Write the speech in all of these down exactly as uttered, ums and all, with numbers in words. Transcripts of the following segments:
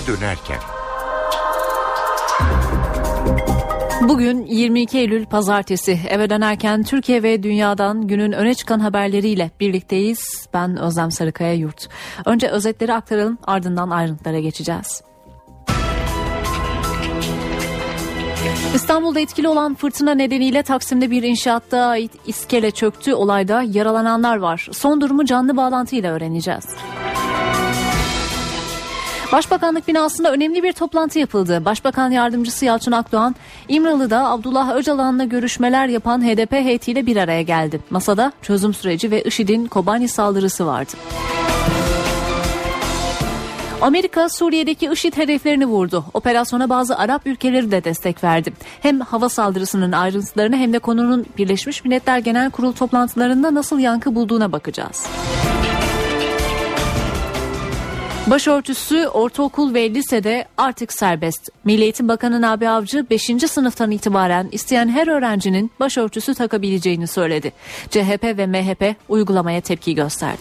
dönerken. Bugün yirmi iki Eylül Pazartesi. Eve dönerken Türkiye ve dünyadan günün öne çıkan haberleriyle birlikteyiz. Ben Özlem Sarıkaya Yurt. Önce özetleri aktaralım, ardından ayrıntılara geçeceğiz. İstanbul'da etkili olan fırtına nedeniyle Taksim'de bir inşaatta ait iskele çöktü. Olayda yaralananlar var. Son durumu canlı bağlantıyla öğreneceğiz. Başbakanlık binasında önemli bir toplantı yapıldı. Başbakan Yardımcısı Yalçın Akdoğan, İmralı'da Abdullah Öcalan'la görüşmeler yapan H D P heyetiyle bir araya geldi. Masada çözüm süreci ve IŞİD'in Kobani saldırısı vardı. Amerika Suriye'deki IŞİD hedeflerini vurdu. Operasyona bazı Arap ülkeleri de destek verdi. Hem hava saldırısının ayrıntılarını hem de konunun Birleşmiş Milletler Genel Kurulu toplantılarında nasıl yankı bulduğuna bakacağız. Başörtüsü ortaokul ve lisede artık serbest. Milli Eğitim Bakanı Nabi Avcı beşinci sınıftan itibaren isteyen her öğrencinin başörtüsü takabileceğini söyledi. C H P ve M H P uygulamaya tepki gösterdi.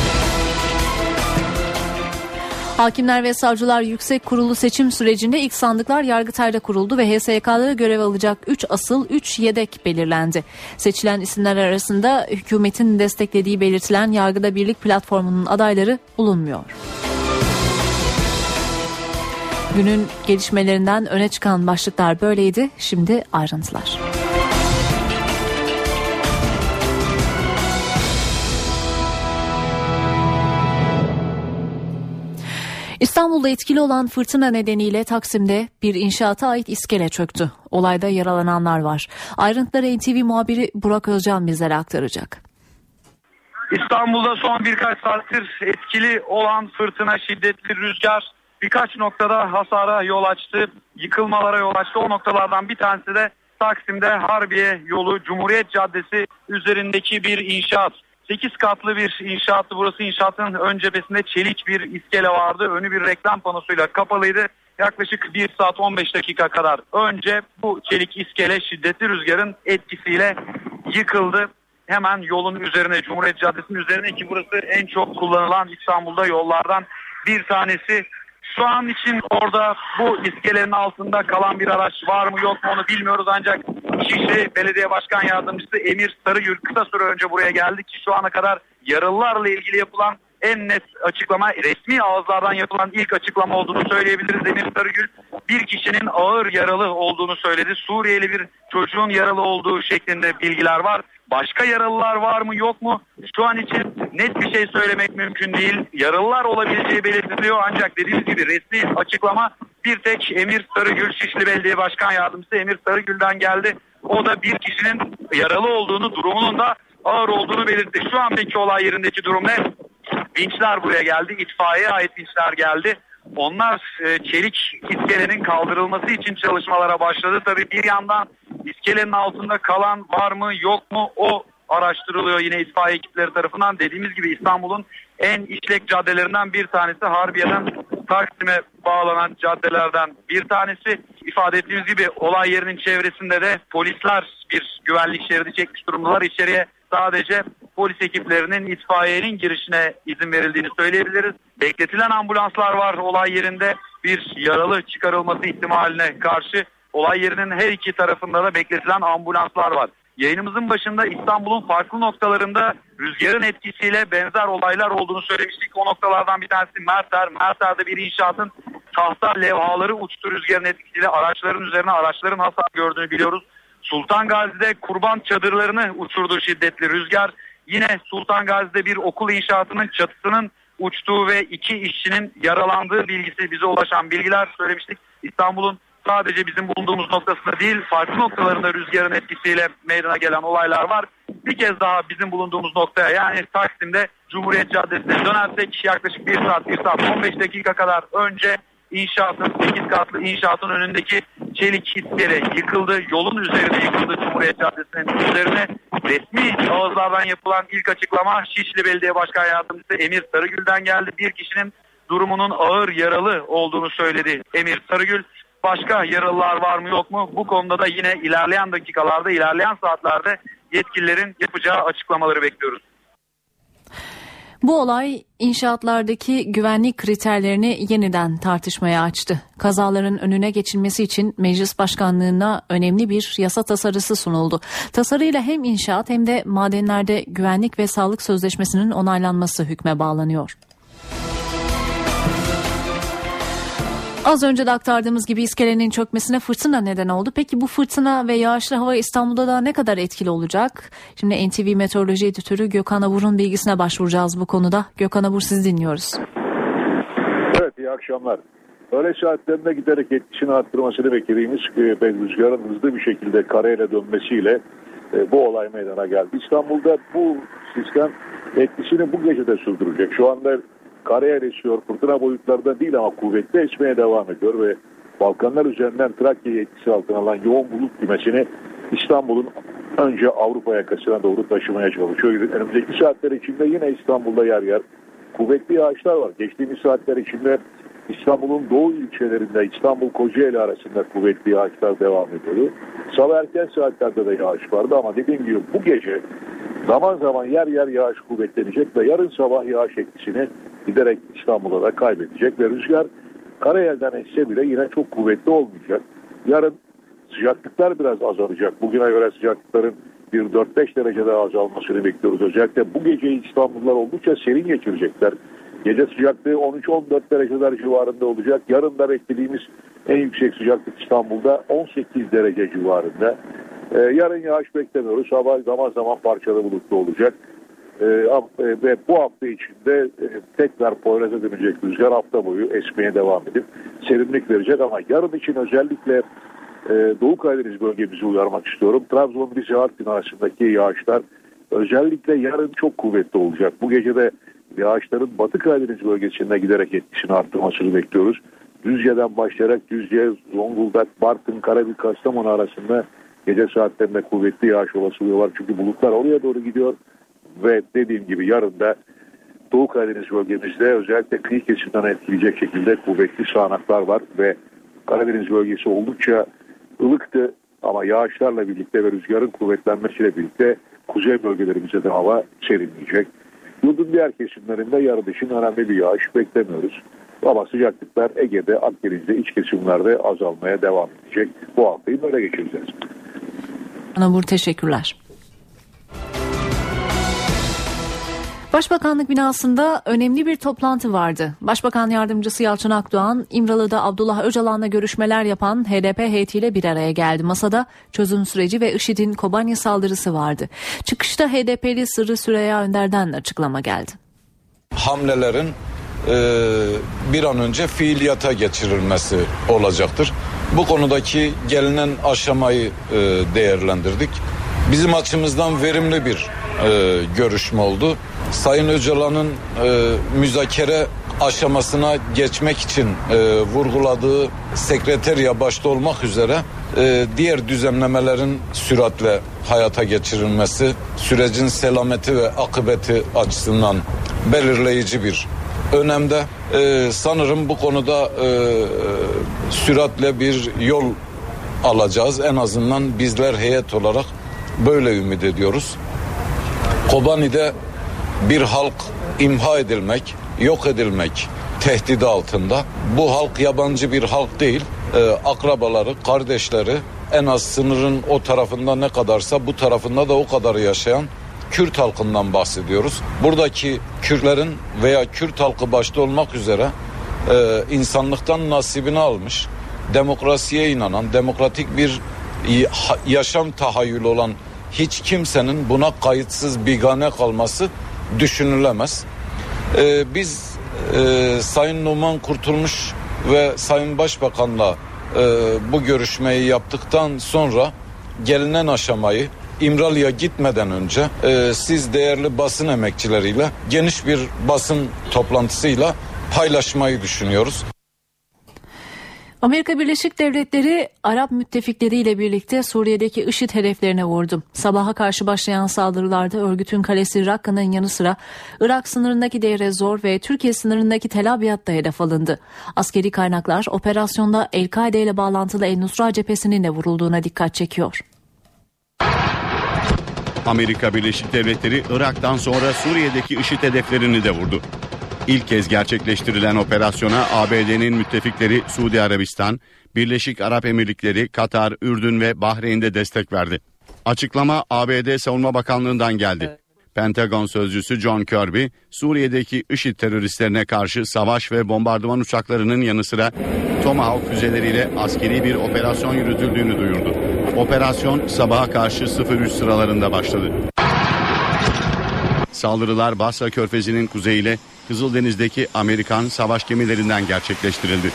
Hakimler ve Savcılar Yüksek Kurulu seçim sürecinde ilk sandıklar Yargıtay'da kuruldu ve H S Y K'lara görev alacak üç asıl üç yedek belirlendi. Seçilen isimler arasında hükümetin desteklediği belirtilen Yargıda Birlik platformunun adayları bulunmuyor. Günün gelişmelerinden öne çıkan başlıklar böyleydi. Şimdi ayrıntılar. İstanbul'da etkili olan fırtına nedeniyle Taksim'de bir inşaata ait iskele çöktü. Olayda yaralananlar var. Ayrıntıları N T V muhabiri Burak Özcan bizlere aktaracak. İstanbul'da son birkaç saattir etkili olan fırtına, şiddetli rüzgar birkaç noktada hasara yol açtı, yıkılmalara yol açtı. O noktalardan bir tanesi de Taksim'de Harbiye yolu Cumhuriyet Caddesi üzerindeki bir inşaat. sekiz katlı bir inşaattı burası. İnşaatın ön cephesinde çelik bir iskele vardı. Önü bir reklam panosuyla kapalıydı. Yaklaşık bir saat on beş dakika kadar önce bu çelik iskele şiddetli rüzgarın etkisiyle yıkıldı. Hemen yolun üzerine, Cumhuriyet Caddesi'nin üzerine, ki burası en çok kullanılan İstanbul'da yollardan bir tanesi. Şu an için orada bu iskelenin altında kalan bir araç var mı yok mu onu bilmiyoruz, ancak Şişli Belediye Başkan Yardımcısı Emir Sarıgül kısa süre önce buraya geldi ki şu ana kadar yaralılarla ilgili yapılan en net açıklama, resmi ağızlardan yapılan ilk açıklama olduğunu söyleyebiliriz. Emir Sarıgül bir kişinin ağır yaralı olduğunu söyledi. Suriyeli bir çocuğun yaralı olduğu şeklinde bilgiler var. Başka yaralılar var mı yok mu? Şu an için net bir şey söylemek mümkün değil. Yaralılar olabileceği belirtiliyor, ancak dediğimiz gibi resmi açıklama bir tek Emir Sarıgül, Şişli Belediye Başkan Yardımcısı Emir Sarıgül'den geldi. O da bir kişinin yaralı olduğunu, durumunun da ağır olduğunu belirtti. Şu an peki olay yerindeki durum ne? Vinçler buraya geldi. İtfaiyeye ait vinçler geldi. Onlar e, çelik iskelenin kaldırılması için çalışmalara başladı. Tabii bir yandan iskelenin altında kalan var mı yok mu o araştırılıyor yine itfaiye ekipleri tarafından. Dediğimiz gibi İstanbul'un en işlek caddelerinden bir tanesi, Harbiye'den Taksim'e bağlanan caddelerden bir tanesi. İfade ettiğimiz gibi olay yerinin çevresinde de polisler bir güvenlik şeridi çekmiş durumdalar. İçeriye sadece polis ekiplerinin, itfaiyenin girişine izin verildiğini söyleyebiliriz. Bekletilen ambulanslar var olay yerinde, bir yaralı çıkarılması ihtimaline karşı olay yerinin her iki tarafında da bekletilen ambulanslar var. Yayınımızın başında İstanbul'un farklı noktalarında rüzgarın etkisiyle benzer olaylar olduğunu söylemiştik. O noktalardan bir tanesi Merter. Merter'de bir inşaatın tahta levhaları uçtu rüzgarın etkisiyle. Araçların üzerine araçların hasar gördüğünü biliyoruz. Sultan Gazi'de kurban çadırlarını uçurdu şiddetli rüzgar. Yine Sultan Gazi'de bir okul inşaatının çatısının uçtuğu ve iki işçinin yaralandığı bilgisi, bize ulaşan bilgiler söylemiştik. İstanbul'un sadece bizim bulunduğumuz noktasında değil, farklı noktalarında rüzgarın etkisiyle meydana gelen olaylar var. Bir kez daha bizim bulunduğumuz noktaya, yani Taksim'de Cumhuriyet Caddesi'ne dönersek, yaklaşık bir saat, bir saat on beş dakika kadar önce inşaatın, sekiz katlı inşaatın önündeki çelik iskele yıkıldı. Yolun üzerine yıkıldı, Cumhuriyet Caddesi'nin üzerine. Resmi ağızlardan yapılan ilk açıklama Şişli Belediye Başkan Yardımcısı Emir Sarıgül'den geldi. Bir kişinin durumunun ağır yaralı olduğunu söyledi Emir Sarıgül. Başka yaralılar var mı yok mu? Bu konuda da yine ilerleyen dakikalarda, ilerleyen saatlerde yetkililerin yapacağı açıklamaları bekliyoruz. Bu olay inşaatlardaki güvenlik kriterlerini yeniden tartışmaya açtı. Kazaların önüne geçilmesi için Meclis Başkanlığı'na önemli bir yasa tasarısı sunuldu. Tasarıyla hem inşaat hem de madenlerde güvenlik ve sağlık sözleşmesinin onaylanması hükme bağlanıyor. Az önce de aktardığımız gibi iskelenin çökmesine fırtına neden oldu. Peki bu fırtına ve yağışlı hava İstanbul'da da ne kadar etkili olacak? Şimdi N T V Meteoroloji Editörü Gökhan Abur'un bilgisine başvuracağız bu konuda. Gökhan Abur, sizi dinliyoruz. Evet, iyi akşamlar. Öğle saatlerinde giderek etkisini arttırmasını beklediğimiz ve rüzgarın hızlı bir şekilde kareyle dönmesiyle bu olay meydana geldi. İstanbul'da bu sistem etkisini bu gece de sürdürecek. Şu anda karayel esiyor, fırtına boyutlarda değil ama kuvvetli esmeye devam ediyor ve Balkanlar üzerinden Trakya'yı etkisi altına alan yoğun bulut kümesini İstanbul'un önce Avrupa yakasına doğru taşımaya çalışıyor. Önümüzdeki saatler içinde yine İstanbul'da yer yer kuvvetli yağışlar var. Geçtiğimiz saatler içinde İstanbul'un doğu ilçelerinde İstanbul-Kocaeli arasında kuvvetli yağışlar devam ediyordu. Sabah erken saatlerde de yağış vardı ama dediğim gibi bu gece zaman zaman yer yer yağış kuvvetlenecek ve yarın sabah yağış etkisini giderek İstanbul'da da kaybedecek ve rüzgar karayelden esse bile yine çok kuvvetli olmayacak. Yarın sıcaklıklar biraz azalacak. Bugüne göre sıcaklıkların bir dört beş derece daha azalmasını bekliyoruz. Özellikle bu geceyi İstanbullular oldukça serin geçirecekler. Gece sıcaklığı on üç on dört dereceler civarında olacak. Yarın da beklediğimiz en yüksek sıcaklık İstanbul'da on sekiz derece civarında. Ee, yarın yağış beklemiyoruz. Sabah zaman zaman parçalı bulutlu olacak. Ee, ve bu hafta içinde e, tekrar Poyraz'a dönecek rüzgar hafta boyu esmeye devam edip serinlik verecek ama yarın için özellikle e, Doğu Karadeniz bölgemizi uyarmak istiyorum. Trabzon, Rize, Artvin arasındaki yağışlar özellikle yarın çok kuvvetli olacak. Bu gece de yağışların Batı Karadeniz bölgesinde giderek etkisini arttırmasını bekliyoruz. Düzce'den başlayarak Düzce, Zonguldak, Bartın, Karabük, Kastamonu arasında gece saatlerinde kuvvetli yağış olasılığı var. Çünkü bulutlar oraya doğru gidiyor. Ve dediğim gibi yarın da Doğu Karadeniz bölgemizde özellikle kıyı kesimden etkileyecek şekilde kuvvetli sağanaklar var ve Karadeniz bölgesi oldukça ılıktı ama yağışlarla birlikte ve rüzgarın kuvvetlenmesiyle birlikte kuzey bölgelerimize de hava serinleyecek. Yurdun diğer kesimlerinde yarın için önemli bir yağış beklemiyoruz. Ama sıcaklıklar Ege'de, Akdeniz'de, iç kesimlerde azalmaya devam edecek. Bu haftayı böyle geçireceğiz. Anabur, teşekkürler. Başbakanlık binasında önemli bir toplantı vardı. Başbakan Yardımcısı Yalçın Akdoğan, İmralı'da Abdullah Öcalan'la görüşmeler yapan H D P heyetiyle bir araya geldi. Masada çözüm süreci ve IŞİD'in Kobani saldırısı vardı. Çıkışta H D P'li Sırrı Süreyya Önder'den açıklama geldi. Hamlelerin e, bir an önce fiiliyata geçirilmesi olacaktır. Bu konudaki gelinen aşamayı e, değerlendirdik. Bizim açımızdan verimli bir e, görüşme oldu. Sayın Öcalan'ın e, müzakere aşamasına geçmek için e, vurguladığı sekreterya başta olmak üzere e, diğer düzenlemelerin süratle hayata geçirilmesi sürecin selameti ve akıbeti açısından belirleyici bir önemde. E, sanırım bu konuda e, süratle bir yol alacağız. En azından bizler heyet olarak böyle ümit ediyoruz. Kobani'de bir halk imha edilmek, yok edilmek tehdidi altında. Bu halk yabancı bir halk değil. Ee, akrabaları, kardeşleri en az sınırın o tarafında ne kadarsa bu tarafında da o kadar yaşayan Kürt halkından bahsediyoruz. Buradaki Kürtlerin veya Kürt halkı başta olmak üzere e, insanlıktan nasibini almış, demokrasiye inanan, demokratik bir yaşam tahayyülü olan hiç kimsenin buna kayıtsız bigane kalması düşünülemez. Ee, biz e, Sayın Numan Kurtulmuş ve Sayın Başbakan'la e, bu görüşmeyi yaptıktan sonra gelinen aşamayı İmralı'ya gitmeden önce e, siz değerli basın emekçileriyle geniş bir basın toplantısıyla paylaşmayı düşünüyoruz. Amerika Birleşik Devletleri Arap müttefikleriyle birlikte Suriye'deki IŞİD hedeflerine vurdu. Sabaha karşı başlayan saldırılarda örgütün kalesi Rakka'nın yanı sıra Irak sınırındaki Deir ez-Zor ve Türkiye sınırındaki Tel Abyad da hedef alındı. Askeri kaynaklar operasyonda El-Kaide ile bağlantılı El-Nusra cephesinin de vurulduğuna dikkat çekiyor. Amerika Birleşik Devletleri Irak'tan sonra Suriye'deki IŞİD hedeflerini de vurdu. İlk kez gerçekleştirilen operasyona A B D'nin müttefikleri Suudi Arabistan, Birleşik Arap Emirlikleri, Katar, Ürdün ve Bahreyn'de destek verdi. Açıklama A B D Savunma Bakanlığı'ndan geldi. Pentagon sözcüsü John Kirby, Suriye'deki IŞİD teröristlerine karşı savaş ve bombardıman uçaklarının yanı sıra Tomahawk füzeleriyle askeri bir operasyon yürütüldüğünü duyurdu. Operasyon sabaha karşı sıfır üç sıralarında başladı. Saldırılar Basra Körfezi'nin kuzeyiyle Kızıldeniz'deki Amerikan savaş gemilerinden gerçekleştirildi.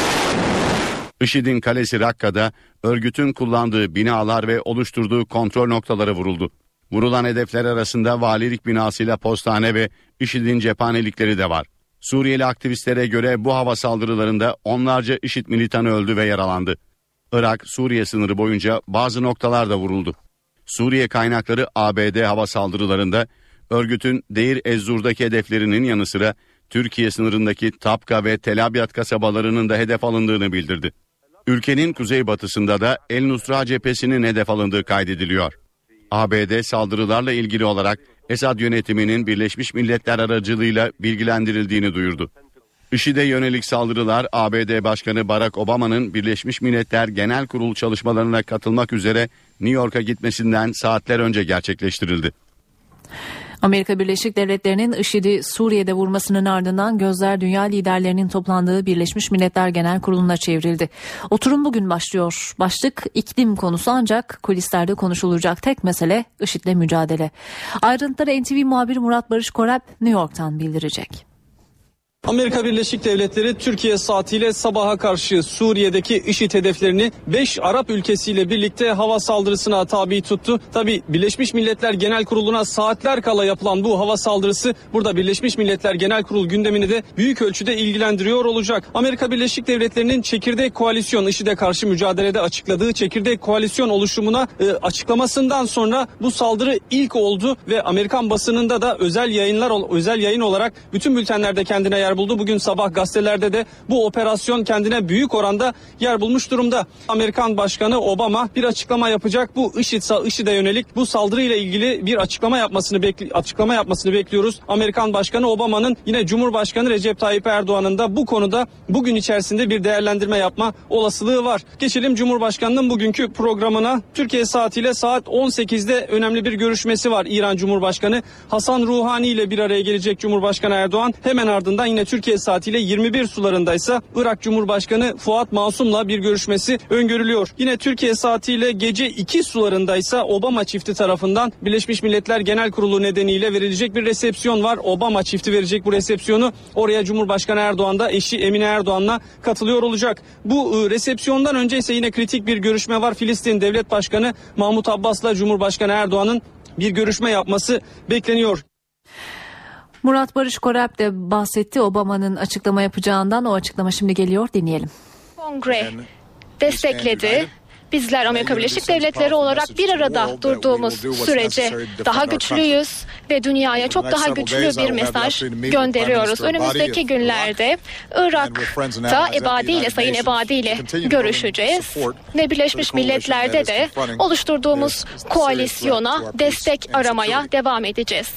IŞİD'in kalesi Rakka'da örgütün kullandığı binalar ve oluşturduğu kontrol noktaları vuruldu. Vurulan hedefler arasında valilik binasıyla postane ve IŞİD'in cephanelikleri de var. Suriyeli aktivistlere göre bu hava saldırılarında onlarca IŞİD militanı öldü ve yaralandı. Irak-Suriye sınırı boyunca bazı noktalar da vuruldu. Suriye kaynakları A B D hava saldırılarında örgütün Deir ez-Zor'daki hedeflerinin yanı sıra Türkiye sınırındaki Tapka ve Tel Abyad kasabalarının da hedef alındığını bildirdi. Ülkenin kuzeybatısında da El Nusra cephesinin hedef alındığı kaydediliyor. A B D saldırılarla ilgili olarak Esad yönetiminin Birleşmiş Milletler aracılığıyla bilgilendirildiğini duyurdu. IŞİD'e yönelik saldırılar A B D Başkanı Barack Obama'nın Birleşmiş Milletler Genel Kurulu çalışmalarına katılmak üzere New York'a gitmesinden saatler önce gerçekleştirildi. Amerika Birleşik Devletleri'nin IŞİD'i Suriye'de vurmasının ardından gözler dünya liderlerinin toplandığı Birleşmiş Milletler Genel Kurulu'na çevrildi. Oturum bugün başlıyor. Başlık iklim konusu, ancak kulislerde konuşulacak tek mesele IŞİD'le mücadele. Ayrıntıları N T V muhabiri Murat Barış Koralp New York'tan bildirecek. Amerika Birleşik Devletleri Türkiye saatiyle sabaha karşı Suriye'deki IŞİD hedeflerini beş Arap ülkesiyle birlikte hava saldırısına tabi tuttu. Tabi Birleşmiş Milletler Genel Kurulu'na saatler kala yapılan bu hava saldırısı burada Birleşmiş Milletler Genel Kurulu gündemini de büyük ölçüde ilgilendiriyor olacak. Amerika Birleşik Devletleri'nin çekirdek koalisyon IŞİD'e karşı mücadelede açıkladığı çekirdek koalisyon oluşumuna e, açıklamasından sonra bu saldırı ilk oldu ve Amerikan basınında da özel yayınlar özel yayın olarak bütün bültenlerde kendine yer buldu. Bugün sabah gazetelerde de bu operasyon kendine büyük oranda yer bulmuş durumda. Amerikan Başkanı Obama bir açıklama yapacak. Bu IŞİD, IŞİD'e yönelik bu saldırıyla ilgili bir açıklama yapmasını bekli- açıklama yapmasını bekliyoruz. Amerikan Başkanı Obama'nın yine Cumhurbaşkanı Recep Tayyip Erdoğan'ın da bu konuda bugün içerisinde bir değerlendirme yapma olasılığı var. Geçelim Cumhurbaşkanı'nın bugünkü programına. Türkiye saatiyle saat on sekizde önemli bir görüşmesi var. İran Cumhurbaşkanı Hasan Ruhani ile bir araya gelecek Cumhurbaşkanı Erdoğan. Hemen ardından yine Türkiye saatiyle yirmi bir sularındaysa Irak Cumhurbaşkanı Fuat Masum'la bir görüşmesi öngörülüyor. Yine Türkiye saatiyle gece iki sularındaysa Obama çifti tarafından Birleşmiş Milletler Genel Kurulu nedeniyle verilecek bir resepsiyon var. Obama çifti verecek bu resepsiyonu. Oraya Cumhurbaşkanı Erdoğan da eşi Emine Erdoğan'la katılıyor olacak. Bu resepsiyondan önce ise yine kritik bir görüşme var. Filistin Devlet Başkanı Mahmut Abbas'la Cumhurbaşkanı Erdoğan'ın bir görüşme yapması bekleniyor. Murat Barış Koralp de bahsetti Obama'nın açıklama yapacağından. O açıklama şimdi geliyor, dinleyelim. Kongre destekledi. Bizler Amerika Birleşik Devletleri olarak bir arada durduğumuz sürece daha güçlüyüz ve dünyaya çok daha güçlü bir mesaj gönderiyoruz. Önümüzdeki günlerde Irak'ta Ebadi ile Sayın Ebadi ile görüşeceğiz ve Birleşmiş Milletler'de de oluşturduğumuz koalisyona destek aramaya devam edeceğiz.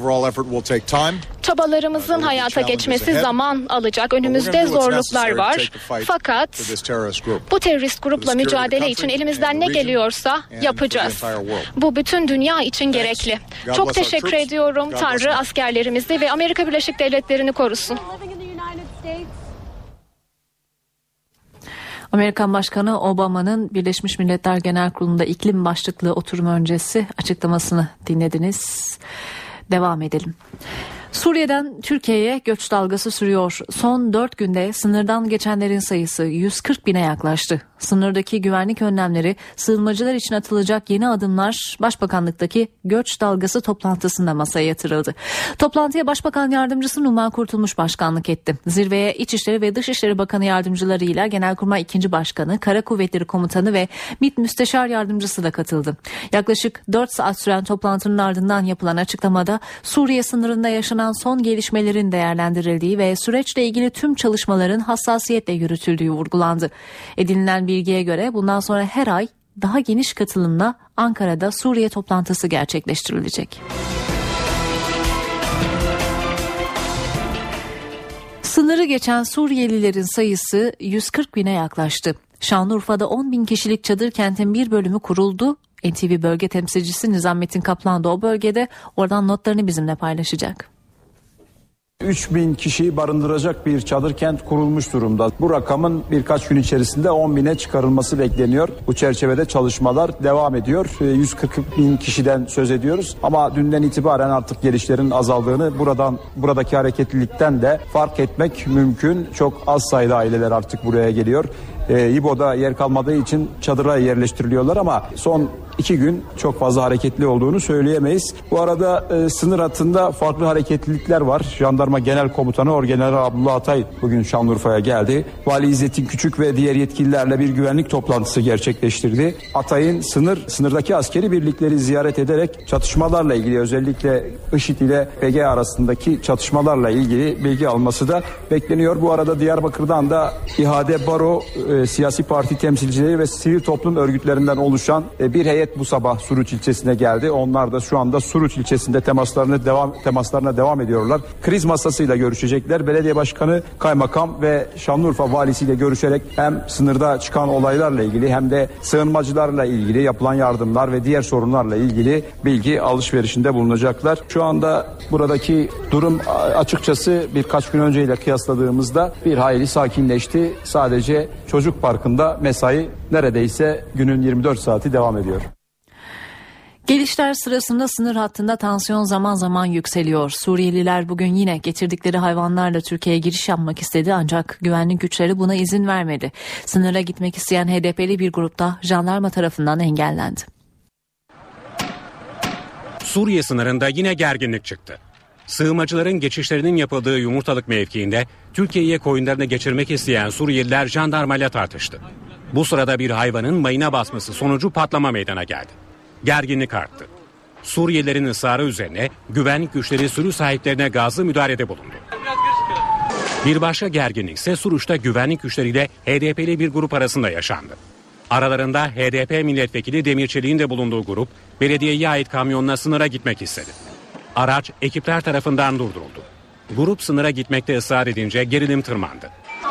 Çabalarımızın hayata geçmesi zaman alacak. Önümüzde zorluklar var. Fakat bu terörist grupla mücadele için elimizden ne geliyorsa yapacağız. Bu bütün dünya için gerekli. Çok teşekkür ediyorum. Tanrı askerlerimizi ve Amerika Birleşik Devletleri'ni korusun. Amerikan Başkanı Obama'nın Birleşmiş Milletler Genel Kurulu'nda iklim başlıklı oturum öncesi açıklamasını dinlediniz. Devam edelim. Suriye'den Türkiye'ye göç dalgası sürüyor. Son dört günde sınırdan geçenlerin sayısı yüz kırk bine yaklaştı. Sınırdaki güvenlik önlemleri, sığınmacılar için atılacak yeni adımlar Başbakanlıktaki göç dalgası toplantısında masaya yatırıldı. Toplantıya Başbakan Yardımcısı Numan Kurtulmuş başkanlık etti. Zirveye İçişleri ve Dışişleri Bakanı yardımcılarıyla Genelkurmay ikinci Başkanı, Kara Kuvvetleri Komutanı ve MİT Müsteşar Yardımcısı da katıldı. Yaklaşık dört saat süren toplantının ardından yapılan açıklamada Suriye sınırında yaşanan son gelişmelerin değerlendirildiği ve süreçle ilgili tüm çalışmaların hassasiyetle yürütüldüğü vurgulandı. Edinilen bilgiye göre bundan sonra her ay daha geniş katılımla Ankara'da Suriye toplantısı gerçekleştirilecek. Sınırı geçen Suriyelilerin sayısı yüz kırk bine yaklaştı. Şanlıurfa'da on bin kişilik çadır kentin bir bölümü kuruldu. N T V bölge temsilcisi Nizamettin Kaplan da o bölgede, oradan notlarını bizimle paylaşacak. üç bin kişiyi barındıracak bir çadır kent kurulmuş durumda. Bu rakamın birkaç gün içerisinde on bine çıkarılması bekleniyor. Bu çerçevede çalışmalar devam ediyor. yüz kırk bin kişiden söz ediyoruz. Ama dünden itibaren artık gelişlerin azaldığını buradan buradaki hareketlilikten de fark etmek mümkün. Çok az sayıda aileler artık buraya geliyor. E, İbo'da yer kalmadığı için çadıra yerleştiriliyorlar ama son iki gün çok fazla hareketli olduğunu söyleyemeyiz. Bu arada e, sınır hattında farklı hareketlilikler var. Jandarma Genel Komutanı Orgeneral Abdullah Atay bugün Şanlıurfa'ya geldi. Vali İzzettin Küçük ve diğer yetkililerle bir güvenlik toplantısı gerçekleştirdi. Atay'ın sınır sınırdaki askeri birlikleri ziyaret ederek çatışmalarla ilgili, özellikle IŞİD ile P G arasındaki çatışmalarla ilgili bilgi alması da bekleniyor. Bu arada Diyarbakır'dan da İHA'de Baro, e, siyasi parti temsilcileri ve sivil toplum örgütlerinden oluşan e, bir heyet bu sabah Suruç ilçesine geldi. Onlar da şu anda Suruç ilçesinde temaslarını devam temaslarına devam ediyorlar. Kriz masasıyla görüşecekler. Belediye başkanı, kaymakam ve Şanlıurfa valisiyle görüşerek hem sınırda çıkan olaylarla ilgili hem de sığınmacılarla ilgili yapılan yardımlar ve diğer sorunlarla ilgili bilgi alışverişinde bulunacaklar. Şu anda buradaki durum açıkçası birkaç gün önceyle kıyasladığımızda bir hayli sakinleşti. Sadece çocuk parkında mesai neredeyse günün yirmi dört saati devam ediyor. Gelişler sırasında sınır hattında tansiyon zaman zaman yükseliyor. Suriyeliler bugün yine getirdikleri hayvanlarla Türkiye'ye giriş yapmak istedi ancak güvenlik güçleri buna izin vermedi. Sınıra gitmek isteyen H D P'li bir grupta jandarma tarafından engellendi. Suriye sınırında yine gerginlik çıktı. Sığınmacıların geçişlerinin yapıldığı Yumurtalık mevkiinde Türkiye'ye koyunlarını geçirmek isteyen Suriyeliler jandarmayla tartıştı. Bu sırada bir hayvanın mayına basması sonucu patlama meydana geldi. Gerginlik arttı. Suriyelilerin ısrarı üzerine güvenlik güçleri sürü sahiplerine gazlı müdahalede bulundu. Bir başka gerginlik ise Suruç'ta güvenlik güçleriyle H D P'li bir grup arasında yaşandı. Aralarında H D P milletvekili Demir Çelik'in de bulunduğu grup belediyeye ait kamyonla sınıra gitmek istedi. Araç ekipler tarafından durduruldu. Grup sınıra gitmekte ısrar edince gerilim tırmandı.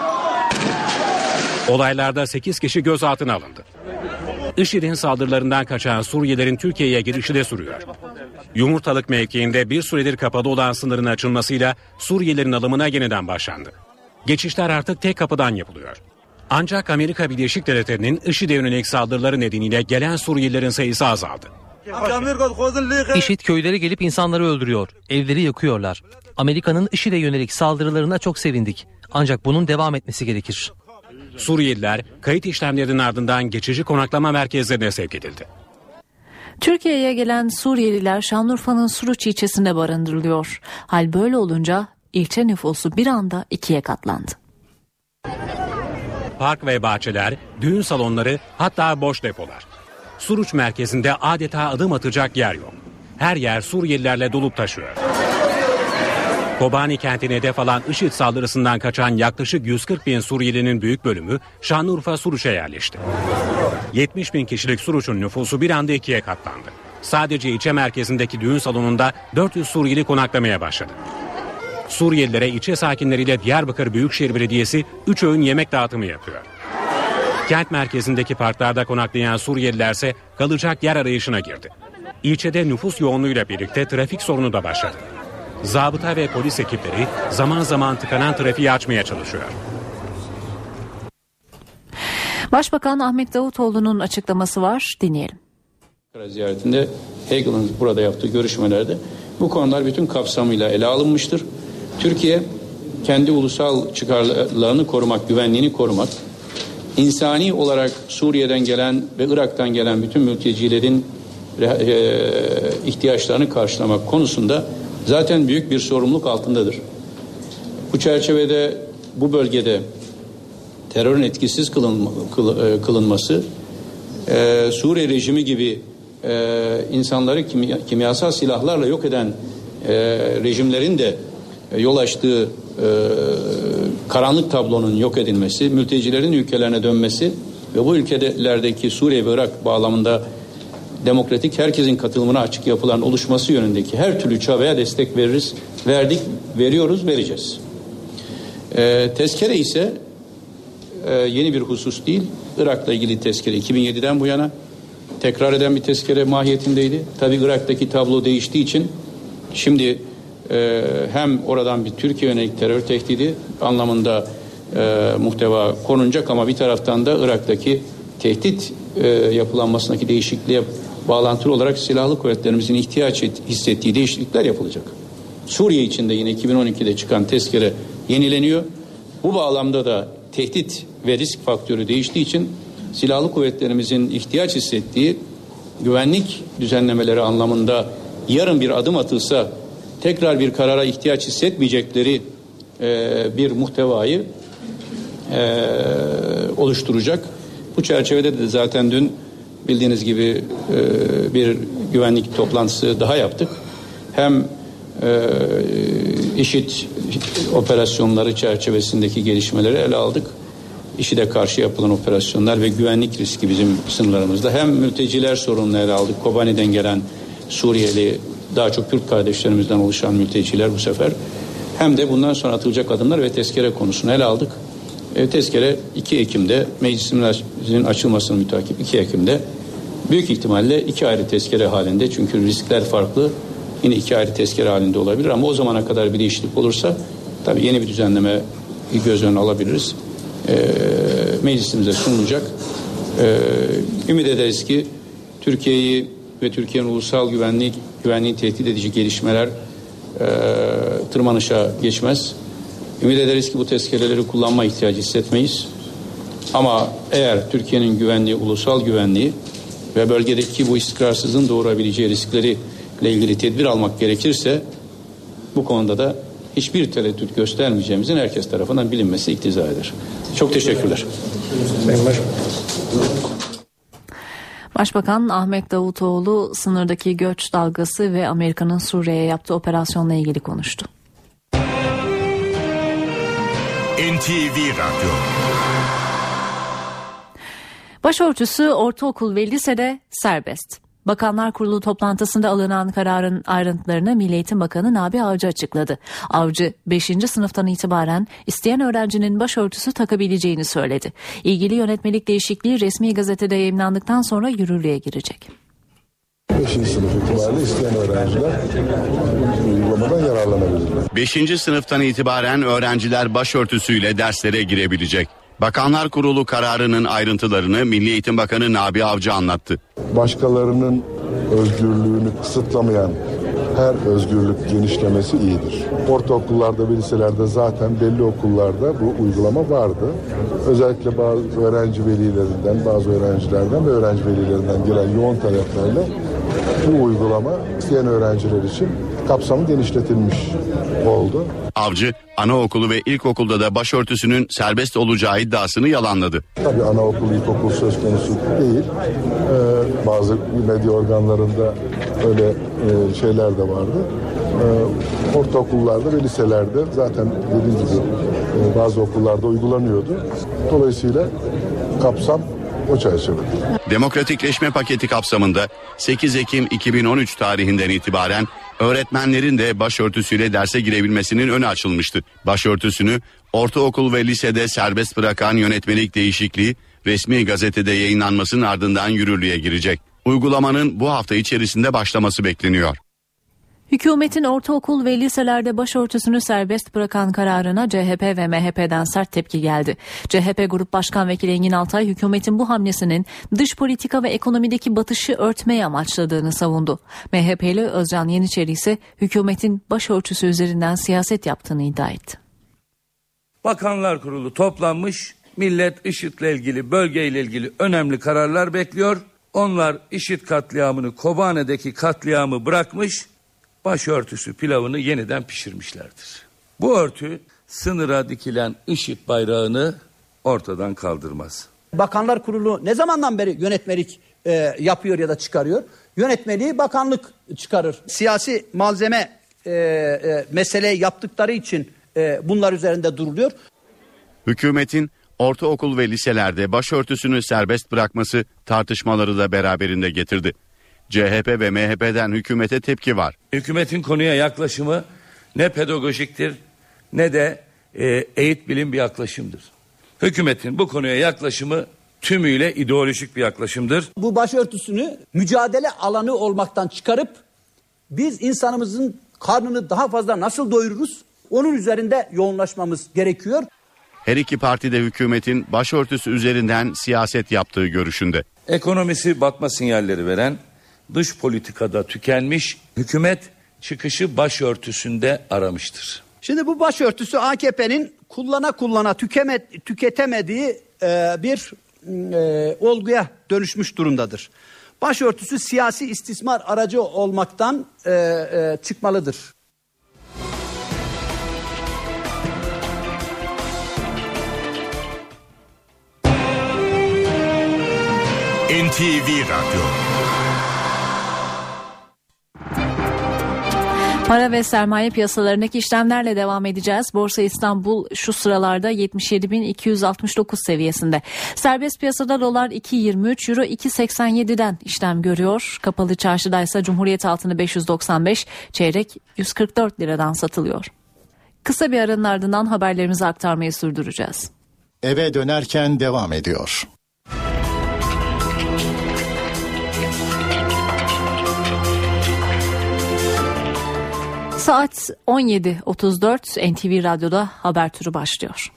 Olaylarda sekiz kişi gözaltına alındı. IŞİD'in saldırılarından kaçan Suriyelilerin Türkiye'ye girişi de sürüyor. Yumurtalık mevkiinde bir süredir kapalı olan sınırın açılmasıyla Suriyelilerin alımına yeniden başlandı. Geçişler artık tek kapıdan yapılıyor. Ancak Amerika Birleşik Devletleri'nin IŞİD'e yönelik saldırıları nedeniyle gelen Suriyelilerin sayısı azaldı. IŞİD köylere gelip insanları öldürüyor, evleri yakıyorlar. Amerika'nın IŞİD'e yönelik saldırılarına çok sevindik. Ancak bunun devam etmesi gerekir. Suriyeliler kayıt işlemlerinin ardından geçici konaklama merkezlerine sevk edildi. Türkiye'ye gelen Suriyeliler Şanlıurfa'nın Suruç ilçesinde barındırılıyor. Hal böyle olunca ilçe nüfusu bir anda ikiye katlandı. Park ve bahçeler, düğün salonları, hatta boş depolar. Suruç merkezinde adeta adım atacak yer yok. Her yer Suriyelilerle dolup taşıyor. Kobani kentine hedef alan IŞİD saldırısından kaçan yaklaşık yüz kırk bin Suriyelinin büyük bölümü Şanlıurfa Suruç'a yerleşti. yetmiş bin kişilik Suruç'un nüfusu bir anda ikiye katlandı. Sadece ilçe merkezindeki düğün salonunda dört yüz Suriyeli konaklamaya başladı. Suriyelilere ilçe sakinleriyle Diyarbakır Büyükşehir Belediyesi üç öğün yemek dağıtımı yapıyor. Kent merkezindeki parklarda konaklayan Suriyeliler ise kalacak yer arayışına girdi. İlçede nüfus yoğunluğuyla birlikte trafik sorunu da başladı. Zabıta ve polis ekipleri zaman zaman tıkanan trafiği açmaya çalışıyor. Başbakan Ahmet Davutoğlu'nun açıklaması var, dinleyelim. Ziyaretinde Hegel'in burada yaptığı görüşmelerde bu konular bütün kapsamıyla ele alınmıştır. Türkiye kendi ulusal çıkarlarını korumak, güvenliğini korumak, insani olarak Suriye'den gelen ve Irak'tan gelen bütün mültecilerin ihtiyaçlarını karşılamak konusunda zaten büyük bir sorumluluk altındadır. Bu çerçevede bu bölgede terörün etkisiz kılınma, kıl, kılınması, e, Suriye rejimi gibi e, insanları kimya, kimyasal silahlarla yok eden e, rejimlerin de e, yol açtığı e, karanlık tablonun yok edilmesi, mültecilerin ülkelerine dönmesi ve bu ülkelerdeki Suriye ve Irak bağlamında demokratik, herkesin katılımına açık yapılan oluşması yönündeki her türlü çabaya destek veririz. Verdik, veriyoruz, vereceğiz. Ee, tezkere ise e, yeni bir husus değil. Irak'la ilgili tezkere iki bin yediden bu yana tekrar eden bir tezkere mahiyetindeydi. Tabii Irak'taki tablo değiştiği için şimdi e, hem oradan bir Türkiye yönelik terör tehdidi anlamında e, muhteva konulacak ama bir taraftan da Irak'taki tehdit e, yapılanmasındaki değişikliğe bağlantılı olarak silahlı kuvvetlerimizin ihtiyaç et, hissettiği değişiklikler yapılacak. Suriye içinde yine iki bin on ikide çıkan tezkere yenileniyor. Bu bağlamda da tehdit ve risk faktörü değiştiği için silahlı kuvvetlerimizin ihtiyaç hissettiği güvenlik düzenlemeleri anlamında yarın bir adım atılsa tekrar bir karara ihtiyaç hissetmeyecekleri e, bir muhtevayı e, oluşturacak. Bu çerçevede de zaten dün bildiğiniz gibi e, bir güvenlik toplantısı daha yaptık. Hem e, IŞİD operasyonları çerçevesindeki gelişmeleri ele aldık. IŞİD'e karşı yapılan operasyonlar ve güvenlik riski bizim sınırlarımızda. Hem mülteciler sorununu ele aldık. Kobani'den gelen Suriyeli, daha çok Kürt kardeşlerimizden oluşan mülteciler bu sefer. Hem de bundan sonra atılacak adımlar ve tezkere konusunu ele aldık. E, tezkere iki Ekim'de meclisimizin açılmasını mütakip iki Ekim'de büyük ihtimalle iki ayrı tezkere halinde, çünkü riskler farklı, yine iki ayrı tezkere halinde olabilir ama o zamana kadar bir değişiklik olursa tabii yeni bir düzenleme göz önüne alabiliriz. E, meclisimize sunulacak. E, ümit ederiz ki Türkiye'yi ve Türkiye'nin ulusal güvenlik güvenliği tehdit edici gelişmeler e, tırmanışa geçmez. Ümit ederiz ki bu tezkereleri kullanma ihtiyacı hissetmeyiz. Ama eğer Türkiye'nin güvenliği, ulusal güvenliği ve bölgedeki bu istikrarsızlığın doğurabileceği riskleriyle ilgili tedbir almak gerekirse bu konuda da hiçbir tereddüt göstermeyeceğimizin herkes tarafından bilinmesi iktiza eder. Çok teşekkürler. Başbakan Ahmet Davutoğlu sınırdaki göç dalgası ve Amerika'nın Suriye'ye yaptığı operasyonla ilgili konuştu. N T V Radyo. Başörtüsü ortaokul ve lisede serbest. Bakanlar Kurulu toplantısında alınan kararın ayrıntılarını Milli Eğitim Bakanı Nabi Avcı açıkladı. Avcı, beşinci sınıftan itibaren isteyen öğrencinin başörtüsü takabileceğini söyledi. İlgili yönetmelik değişikliği resmi gazetede yayımlandıktan sonra yürürlüğe girecek. beşinci sınıf itibariyle isteyen öğrenciler uygulamadan yararlanabilirler. beşinci sınıftan itibaren öğrenciler başörtüsüyle derslere girebilecek. Bakanlar Kurulu kararının ayrıntılarını Milli Eğitim Bakanı Nabi Avcı anlattı. Başkalarının özgürlüğünü kısıtlamayan her özgürlük genişlemesi iyidir. Ortaokullarda ve liselerde zaten belli okullarda bu uygulama vardı. Özellikle bazı öğrenci velilerinden, bazı öğrencilerden ve öğrenci velilerinden gelen yoğun taleplerle bu uygulama isteyen öğrenciler için kapsamı genişletilmiş oldu. Avcı, anaokulu ve ilkokulda da başörtüsünün serbest olacağı iddiasını yalanladı. Tabii anaokul, ilkokul söz konusu değil. Ee, bazı medya organlarında öyle e, şeyler de vardı. Ee, ortaokullarda ve liselerde zaten dediğim gibi e, bazı okullarda uygulanıyordu. Dolayısıyla kapsam o çerçevede. Demokratikleşme paketi kapsamında sekiz Ekim iki bin on üç tarihinden itibaren öğretmenlerin de başörtüsüyle derse girebilmesinin önü açılmıştı. Başörtüsünü ortaokul ve lisede serbest bırakan yönetmelik değişikliği resmi gazetede yayınlanmasının ardından yürürlüğe girecek. Uygulamanın bu hafta içerisinde başlaması bekleniyor. Hükümetin ortaokul ve liselerde başörtüsünü serbest bırakan kararına C H P ve M H P'den sert tepki geldi. C H P Grup Başkan Vekili Engin Altay, hükümetin bu hamlesinin dış politika ve ekonomideki batışı örtmeyi amaçladığını savundu. M H P'li Özcan Yeniçeri ise hükümetin başörtüsü üzerinden siyaset yaptığını iddia etti. Bakanlar Kurulu toplanmış, millet IŞİD'le ilgili, bölgeyle ilgili önemli kararlar bekliyor. Onlar IŞİD katliamını, Kobane'deki katliamı bırakmış, başörtüsü pilavını yeniden pişirmişlerdir. Bu örtü sınıra dikilen IŞİD bayrağını ortadan kaldırmaz. Bakanlar Kurulu ne zamandan beri yönetmelik e, yapıyor ya da çıkarıyor? Yönetmeliği bakanlık çıkarır. Siyasi malzeme e, e, mesele yaptıkları için e, bunlar üzerinde duruluyor. Hükümetin Ortaokul ve liselerde başörtüsünü serbest bırakması tartışmaları da beraberinde getirdi. C H P ve M H P'den hükümete tepki var. Hükümetin konuya yaklaşımı ne pedagojiktir ne de e, eğit bilim bir yaklaşımdır. Hükümetin bu konuya yaklaşımı tümüyle ideolojik bir yaklaşımdır. Bu başörtüsünü mücadele alanı olmaktan çıkarıp biz insanımızın karnını daha fazla nasıl doyururuz? Onun üzerinde yoğunlaşmamız gerekiyor. Her iki parti de hükümetin başörtüsü üzerinden siyaset yaptığı görüşünde. Ekonomisi batma sinyalleri veren, dış politikada tükenmiş hükümet çıkışı başörtüsünde aramıştır. Şimdi bu başörtüsü A K P'nin kullana kullana tükeme, tüketemediği e, bir e, olguya dönüşmüş durumdadır. Başörtüsü siyasi istismar aracı olmaktan e, e, çıkmalıdır. N T V Radyo. Para ve sermaye piyasalarındaki işlemlerle devam edeceğiz. Borsa İstanbul şu sıralarda yetmiş yedi bin iki yüz altmış dokuz seviyesinde. Serbest piyasada dolar iki yirmi üç, euro iki seksen yedi'den işlem görüyor. Kapalı çarşıda ise Cumhuriyet altını beş yüz doksan beş, çeyrek yüz kırk dört liradan satılıyor. Kısa bir aranın ardından haberlerimizi aktarmayı sürdüreceğiz. Eve dönerken devam ediyor. Saat on yedi otuz dört, N T V Radyo'da haber turu başlıyor.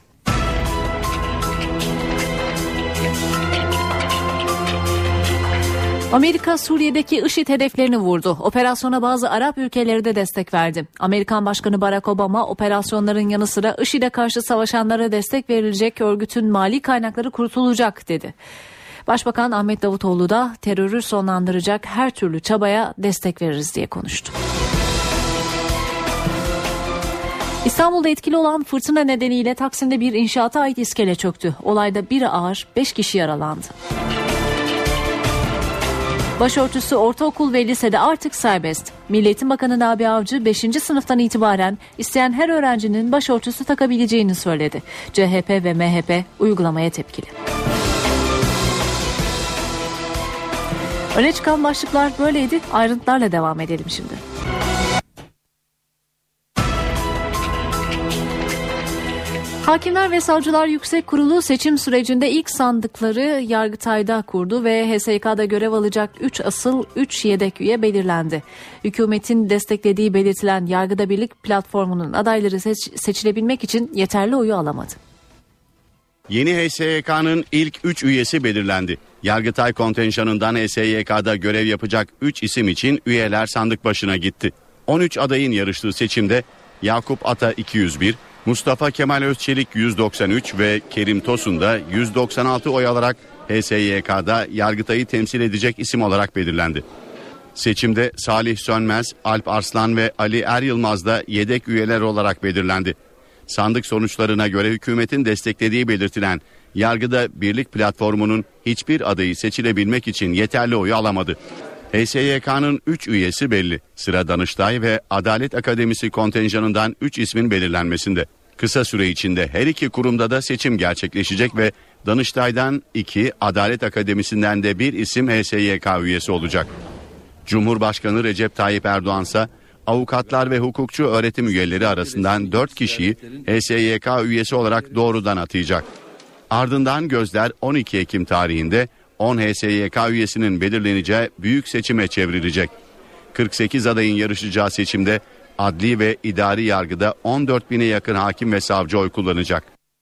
Amerika Suriye'deki IŞİD hedeflerini vurdu. Operasyona bazı Arap ülkeleri de destek verdi. Amerikan Başkanı Barack Obama operasyonların yanı sıra IŞİD'e karşı savaşanlara destek verilecek, örgütün mali kaynakları kurtulacak dedi. Başbakan Ahmet Davutoğlu da terörü sonlandıracak her türlü çabaya destek veririz diye konuştu. İstanbul'da etkili olan fırtına nedeniyle Taksim'de bir inşaata ait iskele çöktü. Olayda biri ağır, beş kişi yaralandı. Başörtüsü ortaokul ve lisede artık serbest. Milli Eğitim Bakanı Nabi Avcı beşinci sınıftan itibaren isteyen her öğrencinin başörtüsü takabileceğini söyledi. C H P ve M H P uygulamaya tepkili. Öne çıkan başlıklar böyleydi. Ayrıntılarla devam edelim şimdi. Hakimler ve Savcılar Yüksek Kurulu seçim sürecinde ilk sandıkları Yargıtay'da kurdu ve H S Y K'da görev alacak üç asıl üç yedek üye belirlendi. Hükümetin desteklediği belirtilen Yargıda Birlik platformunun adayları seç- seçilebilmek için yeterli oyu alamadı. Yeni H S Y K'nın ilk üç üyesi belirlendi. Yargıtay kontenjanından H S Y K'da görev yapacak üç isim için üyeler sandık başına gitti. on üç adayın yarıştığı seçimde Yakup Ata iki yüz bir, Mustafa Kemal Özçelik yüz doksan üç ve Kerim Tosun da yüz doksan altı oy alarak H S Y K'da Yargıtay'ı temsil edecek isim olarak belirlendi. Seçimde Salih Sönmez, Alp Arslan ve Ali Er Yılmaz da yedek üyeler olarak belirlendi. Sandık sonuçlarına göre hükümetin desteklediği belirtilen Yargıda Birlik platformunun hiçbir adayı seçilebilmek için yeterli oyu alamadı. H S Y K'nın üç üyesi belli. Sıra Danıştay ve Adalet Akademisi kontenjanından üç ismin belirlenmesinde. Kısa süre içinde her iki kurumda da seçim gerçekleşecek ve Danıştay'dan iki, Adalet Akademisi'nden de bir isim H S Y K üyesi olacak. Cumhurbaşkanı Recep Tayyip Erdoğan ise avukatlar ve hukukçu öğretim üyeleri arasından dört kişiyi H S Y K üyesi olarak doğrudan atayacak. Ardından gözler on iki Ekim tarihinde on H S Y K üyesinin belirleneceği büyük seçime çevrilecek. kırk sekiz adayın yarışacağı seçimde adli ve idari yargıda on dört bine yakın hakim ve savcı oy kullanacak.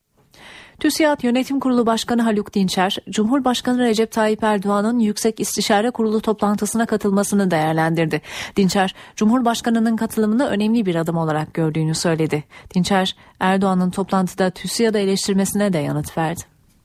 TÜSİAD Yönetim Kurulu Başkanı Haluk Dinçer, Cumhurbaşkanı Recep Tayyip Erdoğan'ın Yüksek İstişare Kurulu toplantısına katılmasını değerlendirdi. Dinçer, Cumhurbaşkanı'nın katılımını önemli bir adım olarak gördüğünü söyledi. Dinçer, Erdoğan'ın toplantıda TÜSİAD'ı eleştirmesine de yanıt verdi.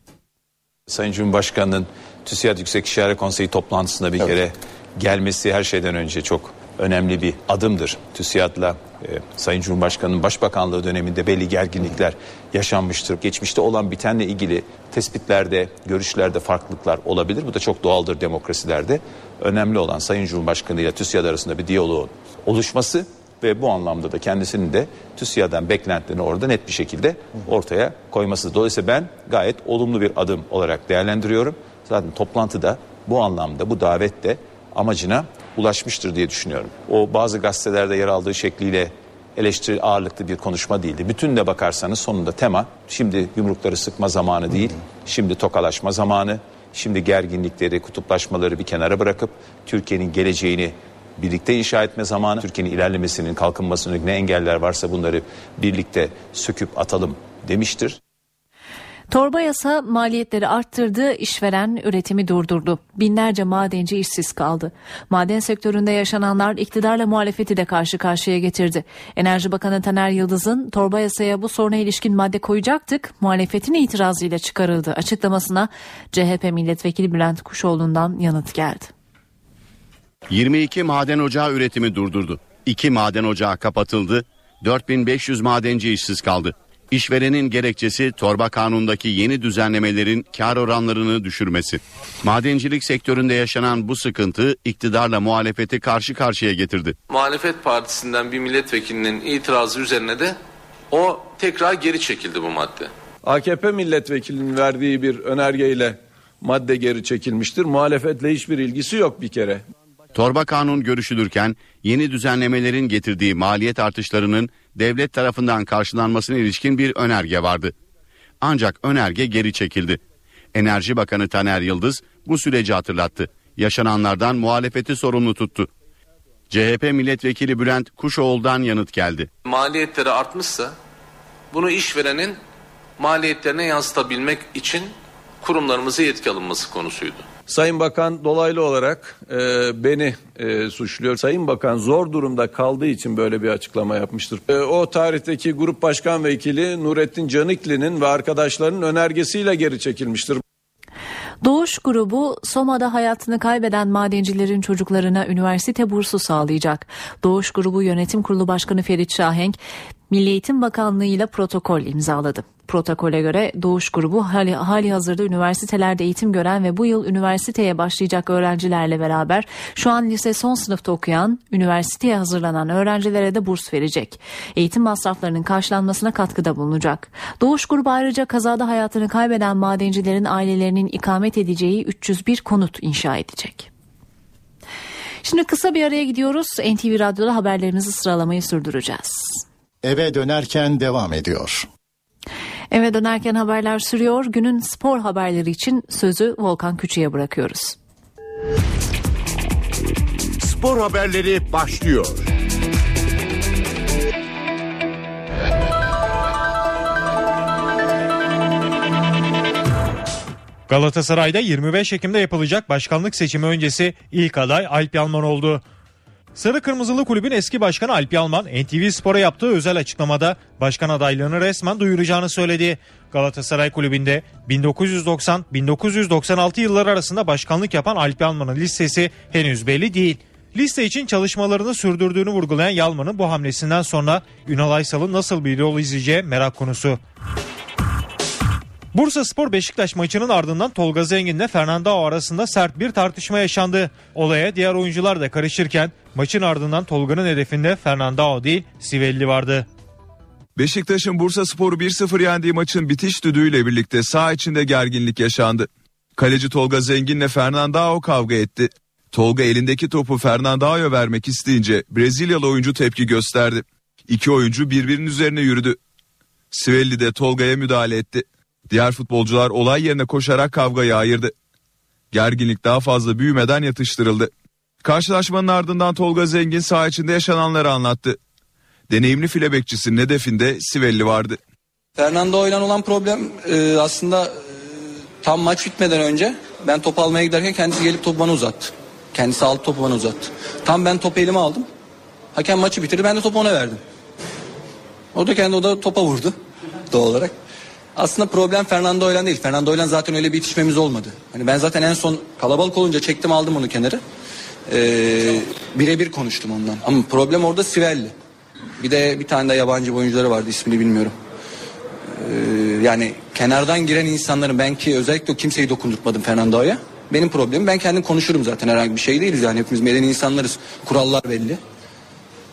Sayın Cumhurbaşkanı'nın TÜSİAD Yüksek İstişare Konseyi toplantısına bir evet. kere gelmesi her şeyden önce çok önemli bir adımdır. TÜSİAD'la e, Sayın Cumhurbaşkanı'nın başbakanlığı döneminde belli gerginlikler yaşanmıştır. Geçmişte olan bitenle ilgili tespitlerde, görüşlerde farklılıklar olabilir. Bu da çok doğaldır demokrasilerde. Önemli olan Sayın Cumhurbaşkanı ile TÜSİAD arasında bir diyaloğun oluşması ve bu anlamda da kendisinin de TÜSİAD'dan beklentilerini orada net bir şekilde ortaya koyması. Dolayısıyla ben gayet olumlu bir adım olarak değerlendiriyorum. Zaten toplantıda bu anlamda, bu davette amacına ulaşmıştır diye düşünüyorum. O bazı gazetelerde yer aldığı şekliyle eleştiri ağırlıklı bir konuşma değildi. Bütün de bakarsanız sonunda tema şimdi yumrukları sıkma zamanı değil, şimdi tokalaşma zamanı, şimdi gerginlikleri, kutuplaşmaları bir kenara bırakıp Türkiye'nin geleceğini birlikte inşa etme zamanı, Türkiye'nin ilerlemesinin, kalkınmasının ne engeller varsa bunları birlikte söküp atalım demiştir. Torba yasa maliyetleri arttırdı, işveren üretimi durdurdu. Binlerce madenci işsiz kaldı. Maden sektöründe yaşananlar iktidarla muhalefeti de karşı karşıya getirdi. Enerji Bakanı Taner Yıldız'ın torba yasaya bu soruna ilişkin madde koyacaktık, muhalefetin itirazıyla çıkarıldı açıklamasına C H P Milletvekili Bülent Kuşoğlu'ndan yanıt geldi. yirmi iki maden ocağı üretimi durdurdu. iki maden ocağı kapatıldı. dört bin beş yüz madenci işsiz kaldı. İşverenin gerekçesi torba kanundaki yeni düzenlemelerin kar oranlarını düşürmesi. Madencilik sektöründe yaşanan bu sıkıntı iktidarla muhalefeti karşı karşıya getirdi. Muhalefet partisinden bir milletvekilinin itirazı üzerine de o tekrar geri çekildi bu madde. A K P milletvekilinin verdiği bir önergeyle madde geri çekilmiştir. Muhalefetle hiçbir ilgisi yok bir kere. Torba kanun görüşülürken yeni düzenlemelerin getirdiği maliyet artışlarının devlet tarafından karşılanmasına ilişkin bir önerge vardı. Ancak önerge geri çekildi. Enerji Bakanı Taner Yıldız bu süreci hatırlattı. Yaşananlardan muhalefeti sorumlu tuttu. C H P Milletvekili Bülent Kuşoğlu'dan yanıt geldi. Maliyetleri artmışsa bunu işverenin maliyetlerine yansıtabilmek için kurumlarımıza yetki alınması konusuydu. Sayın Bakan dolaylı olarak e, beni e, suçluyor. Sayın Bakan zor durumda kaldığı için böyle bir açıklama yapmıştır. E, o tarihteki Grup Başkan Vekili Nurettin Canikli'nin ve arkadaşlarının önergesiyle geri çekilmiştir. Doğuş grubu Soma'da hayatını kaybeden madencilerin çocuklarına üniversite bursu sağlayacak. Doğuş grubu Yönetim Kurulu Başkanı Ferit Şahenk, Milli Eğitim Bakanlığı ile protokol imzaladı. Protokole göre Doğuş grubu hali, hali hazırda üniversitelerde eğitim gören ve bu yıl üniversiteye başlayacak öğrencilerle beraber şu an lise son sınıfta okuyan, üniversiteye hazırlanan öğrencilere de burs verecek. Eğitim masraflarının karşılanmasına katkıda bulunacak. Doğuş grubu ayrıca kazada hayatını kaybeden madencilerin ailelerinin ikamet edeceği üç yüz bir konut inşa edecek. Şimdi kısa bir araya gidiyoruz. N T V Radyo'da haberlerimizi sıralamayı sürdüreceğiz. Eve dönerken devam ediyor. Eve dönerken haberler sürüyor. Günün spor haberleri için sözü Volkan Küçük'e bırakıyoruz. Spor haberleri başlıyor. Galatasaray'da yirmi beş Ekim'de yapılacak başkanlık seçimi öncesi ilk aday Alp Yalman oldu. Sarı Kırmızılı Kulübün eski başkanı Alp Yalman, N T V Spor'a yaptığı özel açıklamada başkan adaylığını resmen duyuracağını söyledi. Galatasaray Kulübü'nde bin dokuz yüz doksan - bin dokuz yüz doksan altı yılları arasında başkanlık yapan Alp Yalman'ın listesi henüz belli değil. Liste için çalışmalarını sürdürdüğünü vurgulayan Yalman'ın bu hamlesinden sonra Ünal Aysal'ın nasıl bir yol izleyeceği merak konusu. Bursaspor Beşiktaş maçının ardından Tolga Zengin'le Fernandao arasında sert bir tartışma yaşandı. Olaya diğer oyuncular da karışırken maçın ardından Tolga'nın hedefinde Fernandao değil Sivelli vardı. Beşiktaş'ın Bursaspor'u bir sıfır yendiği maçın bitiş düdüğüyle birlikte saha içinde gerginlik yaşandı. Kaleci Tolga Zengin'le Fernandao kavga etti. Tolga elindeki topu Fernandao'ya vermek isteyince Brezilyalı oyuncu tepki gösterdi. İki oyuncu birbirinin üzerine yürüdü. Sivelli de Tolga'ya müdahale etti. Diğer futbolcular olay yerine koşarak kavgayı ayırdı. Gerginlik daha fazla büyümeden yatıştırıldı. Karşılaşmanın ardından Tolga Zengin saha içinde yaşananları anlattı. Deneyimli file bekçisinin hedefinde Sivelli vardı. Fernando ile olan problem e, aslında e, tam maç bitmeden önce ben top almaya giderken kendisi gelip topu bana uzattı. Kendisi aldı topu bana uzattı. Tam ben topu elime aldım. Hakem maçı bitirdi, ben de topu ona verdim. O da kendi o da topa vurdu doğal olarak. Aslında problem Fernando ile değil. Fernando ile zaten öyle bir itişmemiz olmadı. Hani ben zaten en son kalabalık olunca çektim aldım onu kenara. Ee, birebir konuştum ondan. Ama problem orada Sivelli. Bir de bir tane de yabancı oyuncuları vardı, ismini bilmiyorum. Ee, yani kenardan giren insanların, ben ki özellikle o kimseyi dokundurtmadım Fernando'ya. Benim problemim, ben kendim konuşurum zaten, herhangi bir şey değiliz yani, hepimiz medeni insanlarız. Kurallar belli.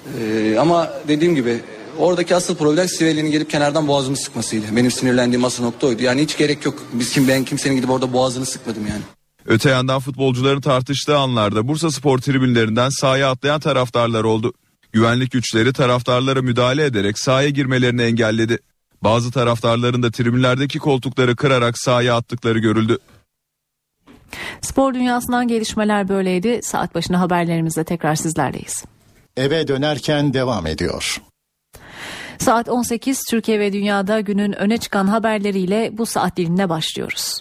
Ee, ama dediğim gibi oradaki asıl problem Siveli'nin gelip kenardan boğazımı sıkmasıydı. Benim sinirlendiğim asıl nokta oydu. Yani hiç gerek yok. Biz kim ben kimsenin gidip orada boğazını sıkmadım yani. Öte yandan futbolcuların tartıştığı anlarda Bursaspor tribünlerinden sahaya atlayan taraftarlar oldu. Güvenlik güçleri taraftarlara müdahale ederek sahaya girmelerini engelledi. Bazı taraftarların da tribünlerdeki koltukları kırarak sahaya attıkları görüldü. Spor dünyasından gelişmeler böyleydi. Saat başına haberlerimizde tekrar sizlerleyiz. Eve dönerken devam ediyor. Saat on sekiz, Türkiye ve dünyada günün öne çıkan haberleriyle bu saat dilimine başlıyoruz.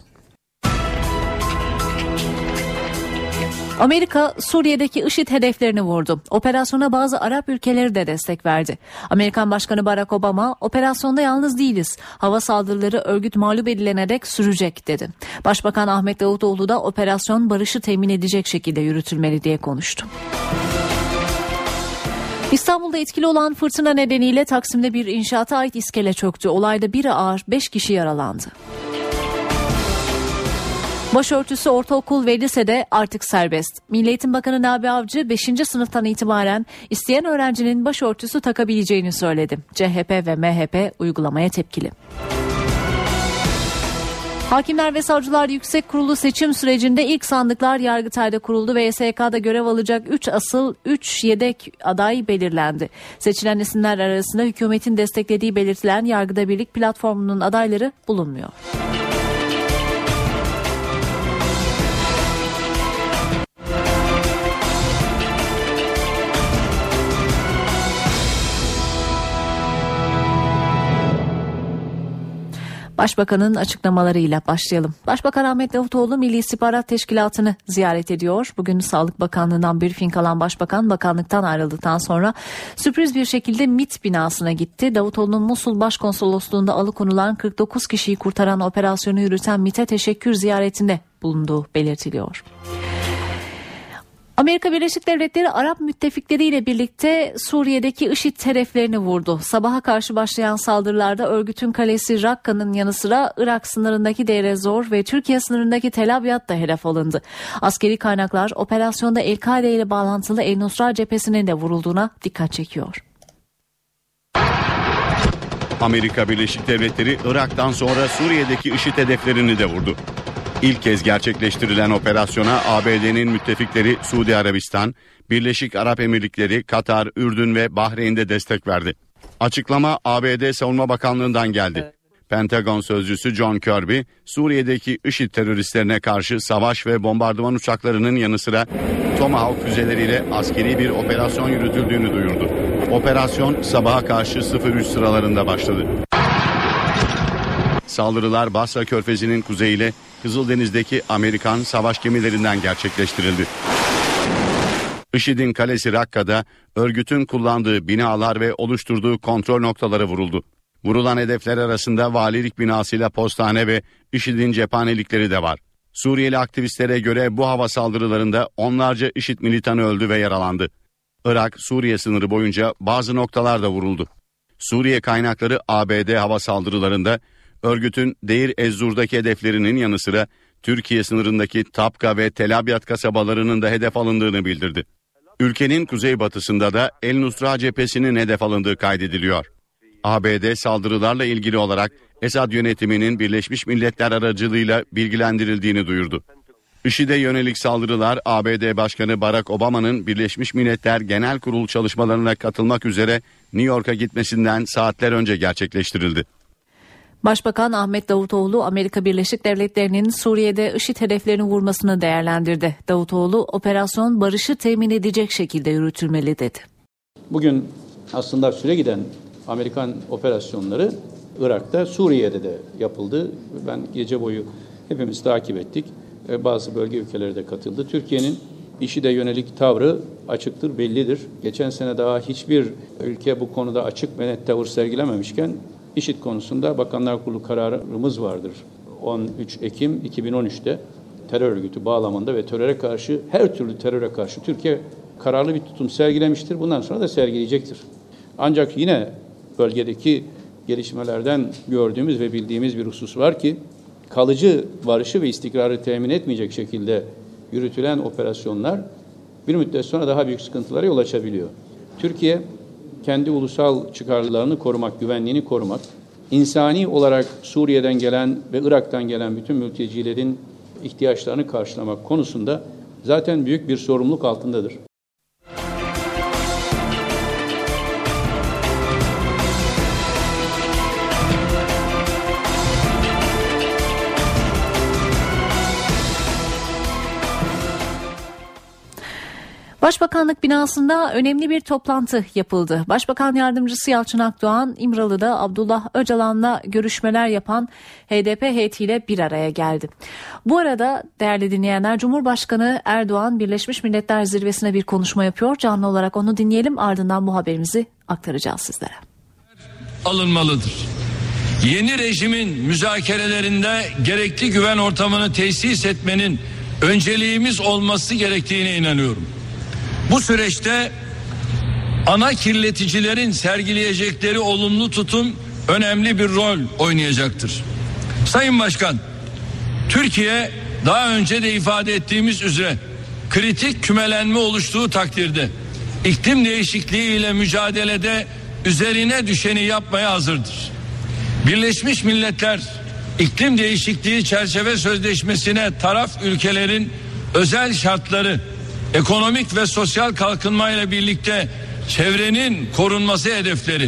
Amerika, Suriye'deki IŞİD hedeflerini vurdu. Operasyona bazı Arap ülkeleri de destek verdi. Amerikan Başkanı Barack Obama, operasyonda yalnız değiliz. Hava saldırıları örgüt mağlup edilene dek sürecek dedi. Başbakan Ahmet Davutoğlu da operasyon barışı temin edecek şekilde yürütülmeli diye konuştu. İstanbul'da etkili olan fırtına nedeniyle Taksim'de bir inşaata ait iskele çöktü. Olayda biri ağır, beş kişi yaralandı. Başörtüsü ortaokul ve lisede artık serbest. Milli Eğitim Bakanı Nabi Avcı beşinci sınıftan itibaren isteyen öğrencinin başörtüsü takabileceğini söyledi. C H P ve M H P uygulamaya tepkili. Hakimler ve Savcılar Yüksek Kurulu seçim sürecinde ilk sandıklar Yargıtay'da kuruldu ve Y S K'da görev alacak üç asıl üç yedek aday belirlendi. Seçilen isimler arasında hükümetin desteklediği belirtilen Yargıda Birlik platformunun adayları bulunmuyor. Başbakanın açıklamalarıyla başlayalım. Başbakan Ahmet Davutoğlu Milli İstihbarat Teşkilatı'nı ziyaret ediyor. Bugün Sağlık Bakanlığı'ndan briefing alan Başbakan bakanlıktan ayrıldıktan sonra sürpriz bir şekilde MİT binasına gitti. Davutoğlu'nun Musul Başkonsolosluğu'nda alıkonulan kırk dokuz kişiyi kurtaran operasyonu yürüten MİT'e teşekkür ziyaretinde bulunduğu belirtiliyor. Amerika Birleşik Devletleri Arap müttefikleriyle birlikte Suriye'deki IŞİD hedeflerini vurdu. Sabaha karşı başlayan saldırılarda örgütün kalesi Rakka'nın yanı sıra Irak sınırındaki Deir ez-Zor ve Türkiye sınırındaki Tel Abyad da hedef alındı. Askeri kaynaklar operasyonda El-Kaide ile bağlantılı El-Nusra cephesinin de vurulduğuna dikkat çekiyor. Amerika Birleşik Devletleri Irak'tan sonra Suriye'deki IŞİD hedeflerini de vurdu. İlk kez gerçekleştirilen operasyona A B D'nin müttefikleri Suudi Arabistan, Birleşik Arap Emirlikleri, Katar, Ürdün ve Bahreyn'de destek verdi. Açıklama A B D Savunma Bakanlığı'ndan geldi. Pentagon sözcüsü John Kirby, Suriye'deki IŞİD teröristlerine karşı savaş ve bombardıman uçaklarının yanı sıra Tomahawk füzeleriyle askeri bir operasyon yürütüldüğünü duyurdu. Operasyon sabaha karşı sıfır üç sıralarında başladı. Saldırılar Basra Körfezi'nin kuzeyiyle Kızıldeniz'deki Amerikan savaş gemilerinden gerçekleştirildi. IŞİD'in kalesi Rakka'da örgütün kullandığı binalar ve oluşturduğu kontrol noktaları vuruldu. Vurulan hedefler arasında valilik binasıyla postane ve IŞİD'in cephanelikleri de var. Suriyeli aktivistlere göre bu hava saldırılarında onlarca IŞİD militanı öldü ve yaralandı. Irak-Suriye sınırı boyunca bazı noktalarda vuruldu. Suriye kaynakları A B D hava saldırılarında örgütün Deir ez-Zor'daki hedeflerinin yanı sıra Türkiye sınırındaki Tapka ve Tel Abyad kasabalarının da hedef alındığını bildirdi. Ülkenin kuzeybatısında da El-Nusra cephesinin hedef alındığı kaydediliyor. A B D saldırılarla ilgili olarak Esad yönetiminin Birleşmiş Milletler aracılığıyla bilgilendirildiğini duyurdu. IŞİD'e yönelik saldırılar A B D Başkanı Barack Obama'nın Birleşmiş Milletler Genel Kurulu çalışmalarına katılmak üzere New York'a gitmesinden saatler önce gerçekleştirildi. Başbakan Ahmet Davutoğlu Amerika Birleşik Devletleri'nin Suriye'de IŞİD hedeflerini vurmasını değerlendirdi. Davutoğlu operasyon barışı temin edecek şekilde yürütülmeli dedi. Bugün aslında süre giden Amerikan operasyonları Irak'ta, Suriye'de de yapıldı. Ben gece boyu hepimiz takip ettik. Bazı bölge ülkeleri de katıldı. Türkiye'nin IŞİD'e yönelik tavrı açıktır, bellidir. Geçen sene daha hiçbir ülke bu konuda açık ve net tavır sergilememişken IŞİD konusunda Bakanlar Kurulu kararımız vardır. on üç Ekim iki bin on üç'te terör örgütü bağlamında ve teröre karşı, her türlü teröre karşı Türkiye kararlı bir tutum sergilemiştir. Bundan sonra da sergileyecektir. Ancak yine bölgedeki gelişmelerden gördüğümüz ve bildiğimiz bir husus var ki kalıcı barışı ve istikrarı temin etmeyecek şekilde yürütülen operasyonlar bir müddet sonra daha büyük sıkıntılara yol açabiliyor. Türkiye kendi ulusal çıkarlarını korumak, güvenliğini korumak, insani olarak Suriye'den gelen ve Irak'tan gelen bütün mültecilerin ihtiyaçlarını karşılamak konusunda zaten büyük bir sorumluluk altındadır. Başbakanlık binasında önemli bir toplantı yapıldı. Başbakan Yardımcısı Yalçın Akdoğan, İmralı'da Abdullah Öcalan'la görüşmeler yapan H D P heyetiyle bir araya geldi. Bu arada değerli dinleyenler, Cumhurbaşkanı Erdoğan Birleşmiş Milletler Zirvesi'ne bir konuşma yapıyor. Canlı olarak onu dinleyelim, ardından bu haberimizi aktaracağız sizlere. Alınmalıdır. Yeni rejimin müzakerelerinde gerekli güven ortamını tesis etmenin önceliğimiz olması gerektiğine inanıyorum. Bu süreçte ana kirleticilerin sergileyecekleri olumlu tutum önemli bir rol oynayacaktır. Sayın Başkan, Türkiye daha önce de ifade ettiğimiz üzere kritik kümelenme oluştuğu takdirde iklim değişikliği ile mücadelede üzerine düşeni yapmaya hazırdır. Birleşmiş Milletler İklim Değişikliği Çerçeve Sözleşmesi'ne taraf ülkelerin özel şartları, ekonomik ve sosyal kalkınmayla birlikte çevrenin korunması hedefleri,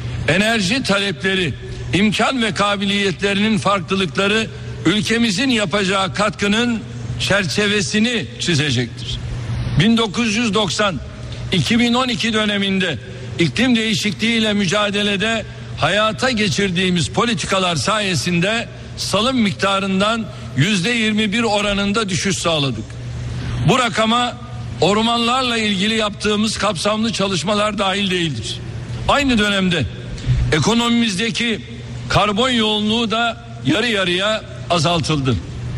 enerji talepleri, imkan ve kabiliyetlerinin farklılıkları ülkemizin yapacağı katkının çerçevesini çizecektir. bin dokuz yüz doksan - iki bin on iki döneminde iklim değişikliğiyle mücadelede hayata geçirdiğimiz politikalar sayesinde salım miktarından yüzde yirmi bir oranında düşüş sağladık. Bu rakama ormanlarla ilgili yaptığımız kapsamlı çalışmalar dahil değildir. Aynı dönemde ekonomimizdeki karbon yoğunluğu da yarı yarıya azaltıldı.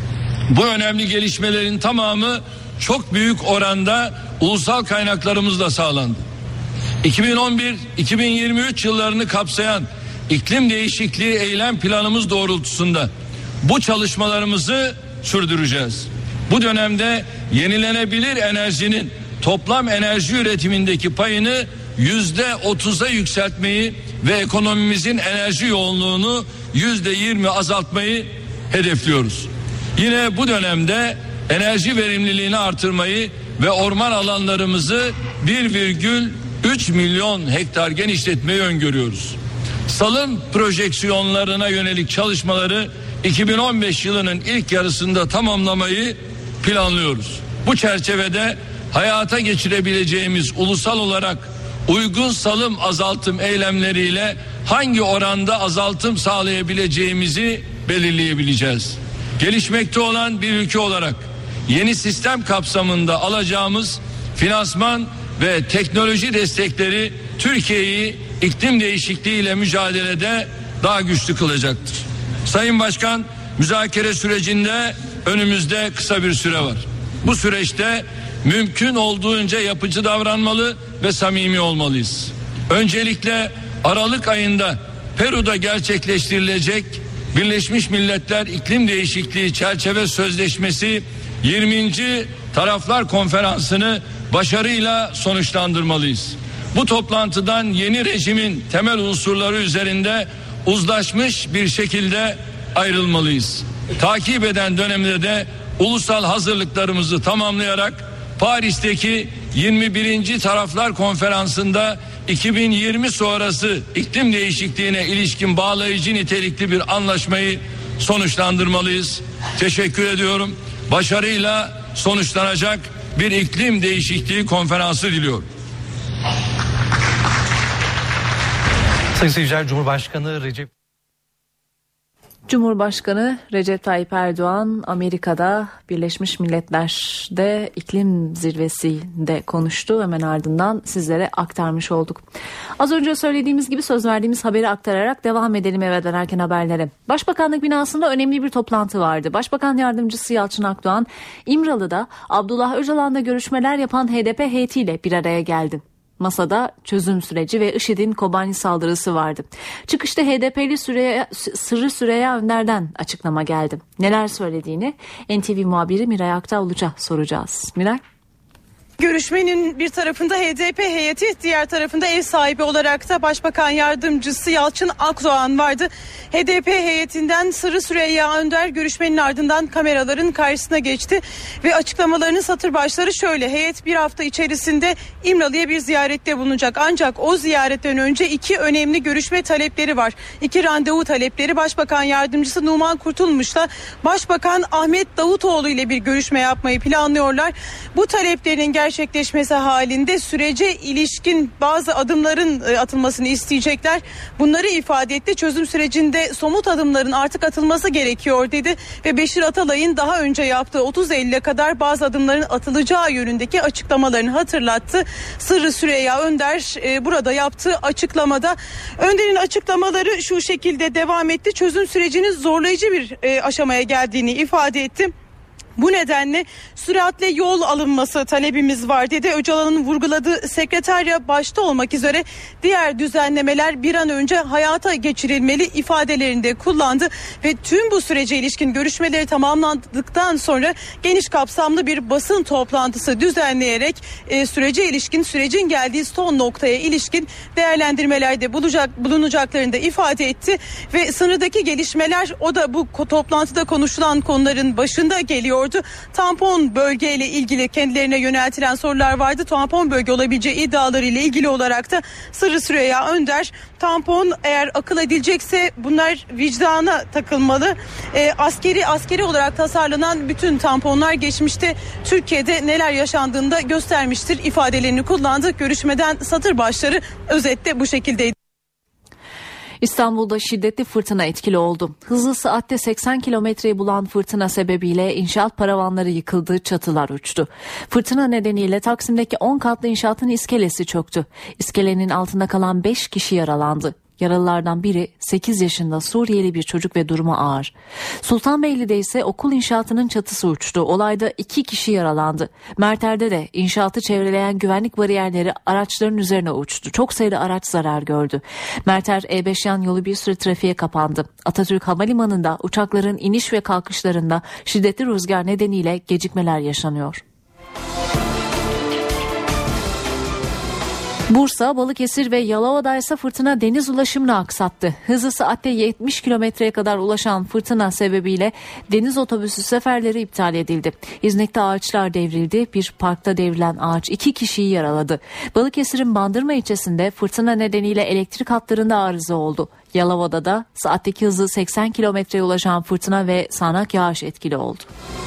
Bu önemli gelişmelerin tamamı çok büyük oranda ulusal kaynaklarımızla sağlandı. iki bin on bir - iki bin yirmi üç yıllarını kapsayan iklim değişikliği eylem planımız doğrultusunda bu çalışmalarımızı sürdüreceğiz. Bu dönemde yenilenebilir enerjinin toplam enerji üretimindeki payını yüzde otuza yükseltmeyi ve ekonomimizin enerji yoğunluğunu yüzde yirmi azaltmayı hedefliyoruz. Yine bu dönemde enerji verimliliğini artırmayı ve orman alanlarımızı bir virgül üç milyon hektar genişletmeyi öngörüyoruz. Salım projeksiyonlarına yönelik çalışmaları iki bin on beş yılının ilk yarısında tamamlamayı planlıyoruz. Bu çerçevede hayata geçirebileceğimiz ulusal olarak uygun salım azaltım eylemleriyle hangi oranda azaltım sağlayabileceğimizi belirleyebileceğiz. Gelişmekte olan bir ülke olarak yeni sistem kapsamında alacağımız finansman ve teknoloji destekleri Türkiye'yi iklim değişikliğiyle mücadelede daha güçlü kılacaktır. Sayın Başkan, müzakere sürecinde önümüzde kısa bir süre var. Bu süreçte mümkün olduğunca yapıcı davranmalı ve samimi olmalıyız. Öncelikle Aralık ayında Peru'da gerçekleştirilecek Birleşmiş Milletler İklim Değişikliği Çerçeve Sözleşmesi yirminci Taraflar Konferansı'nı başarıyla sonuçlandırmalıyız. Bu toplantıdan yeni rejimin temel unsurları üzerinde uzlaşmış bir şekilde ayrılmalıyız. Takip eden dönemde de ulusal hazırlıklarımızı tamamlayarak Paris'teki yirmi birinci Taraflar Konferansı'nda iki bin yirmi sonrası iklim değişikliğine ilişkin bağlayıcı nitelikli bir anlaşmayı sonuçlandırmalıyız. Teşekkür ediyorum. Başarıyla sonuçlanacak bir iklim değişikliği konferansı diliyorum. Sayın seyirciler, Cumhurbaşkanı Recep Cumhurbaşkanı Recep Tayyip Erdoğan Amerika'da Birleşmiş Milletler'de iklim zirvesinde konuştu. Hemen ardından sizlere aktarmış olduk. Az önce söylediğimiz gibi söz verdiğimiz haberi aktararak devam edelim eve dönerken haberlere. Başbakanlık binasında önemli bir toplantı vardı. Başbakan Yardımcısı Yalçın Akdoğan, İmralı'da Abdullah Öcalan'la görüşmeler yapan H D P heyetiyle bir araya geldi. Masada çözüm süreci ve IŞİD'in Kobani saldırısı vardı. Çıkışta H D P'li Süreyya, Sırrı Süreyya Önder'den açıklama geldi. Neler söylediğini N T V muhabiri Miray Aktağ Uluç'a soracağız. Miray? Görüşmenin bir tarafında H D P heyeti, diğer tarafında ev sahibi olarak da Başbakan Yardımcısı Yalçın Akdoğan vardı. H D P heyetinden Sırrı Süreyya Önder görüşmenin ardından kameraların karşısına geçti ve açıklamalarının satır başları şöyle: heyet bir hafta içerisinde İmralı'ya bir ziyarette bulunacak. Ancak o ziyaretten önce iki önemli görüşme talepleri var. İki randevu talepleri. Başbakan Yardımcısı Numan Kurtulmuş'la Başbakan Ahmet Davutoğlu ile bir görüşme yapmayı planlıyorlar. Bu taleplerin gerçekleşmesi halinde sürece ilişkin bazı adımların atılmasını isteyecekler. Bunları ifade etti. Çözüm sürecinde somut adımların artık atılması gerekiyor dedi ve Beşir Atalay'ın daha önce yaptığı otuz Eylül'e kadar bazı adımların atılacağı yönündeki açıklamalarını hatırlattı. Sırrı Süreyya Önder e, burada yaptığı açıklamada, Önder'in açıklamaları şu şekilde devam etti. Çözüm sürecinin zorlayıcı bir e, aşamaya geldiğini ifade etti. Bu nedenle süratle yol alınması talebimiz var dedi. Öcalan'ın vurguladığı sekreterya başta olmak üzere diğer düzenlemeler bir an önce hayata geçirilmeli ifadelerinde kullandı ve tüm bu sürece ilişkin görüşmeleri tamamlandıktan sonra geniş kapsamlı bir basın toplantısı düzenleyerek e, sürece ilişkin, sürecin geldiği son noktaya ilişkin değerlendirmelerde bulacak, bulunacaklarını da ifade etti ve sınırdaki gelişmeler, o da bu toplantıda konuşulan konuların başında geliyor. Tampon bölgeyle ilgili kendilerine yöneltilen sorular vardı. Tampon bölge olabileceği iddiaları ile ilgili olarak da Sırrı Süreyya Önder, tampon eğer akıl edilecekse bunlar vicdana takılmalı. E, askeri askeri olarak tasarlanan bütün tamponlar geçmişte Türkiye'de neler yaşandığını da göstermiştir ifadelerini kullandı. Görüşmeden satır başları özetle bu şekildeydi. İstanbul'da şiddetli fırtına etkili oldu. Hızı saatte seksen kilometreyi bulan fırtına sebebiyle inşaat paravanları yıkıldı, çatılar uçtu. Fırtına nedeniyle Taksim'deki on katlı inşaatın iskelesi çöktü. İskelenin altında kalan beş kişi yaralandı. Yaralılardan biri sekiz yaşında Suriyeli bir çocuk ve durumu ağır. Sultanbeyli'de ise okul inşaatının çatısı uçtu. Olayda iki kişi yaralandı. Merter'de de inşaatı çevreleyen güvenlik bariyerleri araçların üzerine uçtu. Çok sayıda araç zarar gördü. Merter E beş yan yolu bir süre trafiğe kapandı. Atatürk Havalimanı'nda uçakların iniş ve kalkışlarında şiddetli rüzgar nedeniyle gecikmeler yaşanıyor. Bursa, Balıkesir ve Yalova'da ise fırtına deniz ulaşımını aksattı. Hızı saatte yetmiş kilometreye kadar ulaşan fırtına sebebiyle deniz otobüsü seferleri iptal edildi. İznik'te ağaçlar devrildi. Bir parkta devrilen ağaç iki kişiyi yaraladı. Balıkesir'in Bandırma ilçesinde fırtına nedeniyle elektrik hatlarında arıza oldu. Yalova'da da saatteki hızı seksen kilometreye ulaşan fırtına ve sağanak yağış etkili oldu.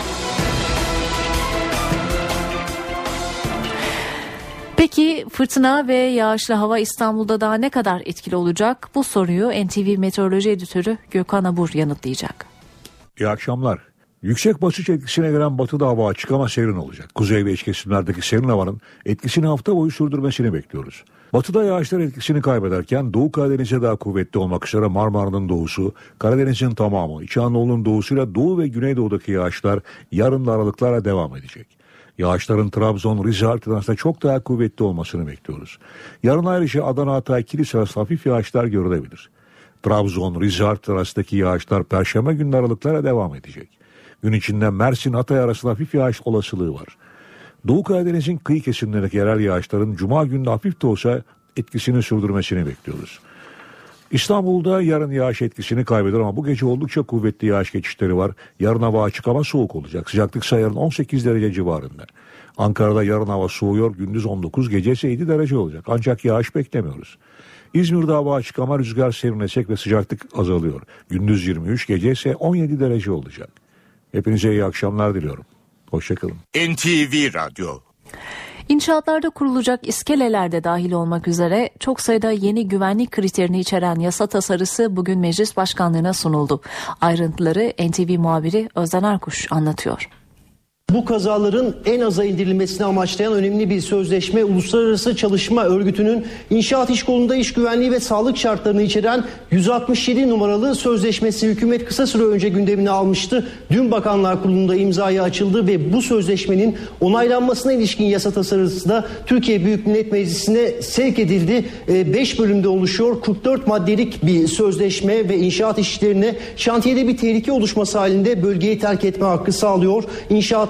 Peki fırtına ve yağışlı hava İstanbul'da daha ne kadar etkili olacak? Bu soruyu N T V Meteoroloji Editörü Gökhan Abur yanıtlayacak. İyi akşamlar. Yüksek basınç etkisine giren batıda hava açık ama serin olacak. Kuzey ve iç kesimlerdeki serin havanın etkisini hafta boyu sürdürmesini bekliyoruz. Batıda yağışlar etkisini kaybederken Doğu Karadeniz'e daha kuvvetli olmak üzere Marmara'nın doğusu, Karadeniz'in tamamı, İç Anadolu'nun doğusuyla Doğu ve Güneydoğu'daki yağışlar yarınla aralıklarla devam edecek. Yağışların Trabzon, Rize arasında çok daha kuvvetli olmasını bekliyoruz. Yarın ayrıca Adana, Hatay, Kilis arasında hafif yağışlar görülebilir. Trabzon, Rize arasındaki yağışlar Perşembe günü aralıklara devam edecek. Gün içinde Mersin, Hatay arasında hafif yağış olasılığı var. Doğu Karadeniz'in kıyı kesimlerindeki yerel yağışların Cuma günü hafif de olsa etkisini sürdürmesini bekliyoruz. İstanbul'da yarın yağış etkisini kaybeder ama bu gece oldukça kuvvetli yağış geçişleri var. Yarın hava açık ama soğuk olacak. Sıcaklık ise yarın on sekiz derece civarında. Ankara'da yarın hava soğuyor. Gündüz on dokuz, gece ise yedi derece olacak. Ancak yağış beklemiyoruz. İzmir'de hava açık ama rüzgar serinleşecek ve sıcaklık azalıyor. Gündüz yirmi üç, gece ise on yedi derece olacak. Hepinize iyi akşamlar diliyorum. Hoşçakalın. N T V Radyo. İnşaatlarda kurulacak iskeleler de dahil olmak üzere çok sayıda yeni güvenlik kriterini içeren yasa tasarısı bugün Meclis Başkanlığı'na sunuldu. Ayrıntıları N T V muhabiri Özden Erkuş anlatıyor. Bu kazaların en aza indirilmesini amaçlayan önemli bir sözleşme Uluslararası Çalışma Örgütü'nün inşaat iş kolunda iş güvenliği ve sağlık şartlarını içeren yüz altmış yedi numaralı sözleşmesi hükümet kısa süre önce gündemine almıştı. Dün Bakanlar Kurulu'nda imzaya açıldı ve bu sözleşmenin onaylanmasına ilişkin yasa tasarısı da Türkiye Büyük Millet Meclisi'ne sevk edildi. beş bölümde oluşuyor. kırk dört maddelik bir sözleşme ve inşaat işçilerine şantiyede bir tehlike oluşması halinde bölgeyi terk etme hakkı sağlıyor. İnşaatlar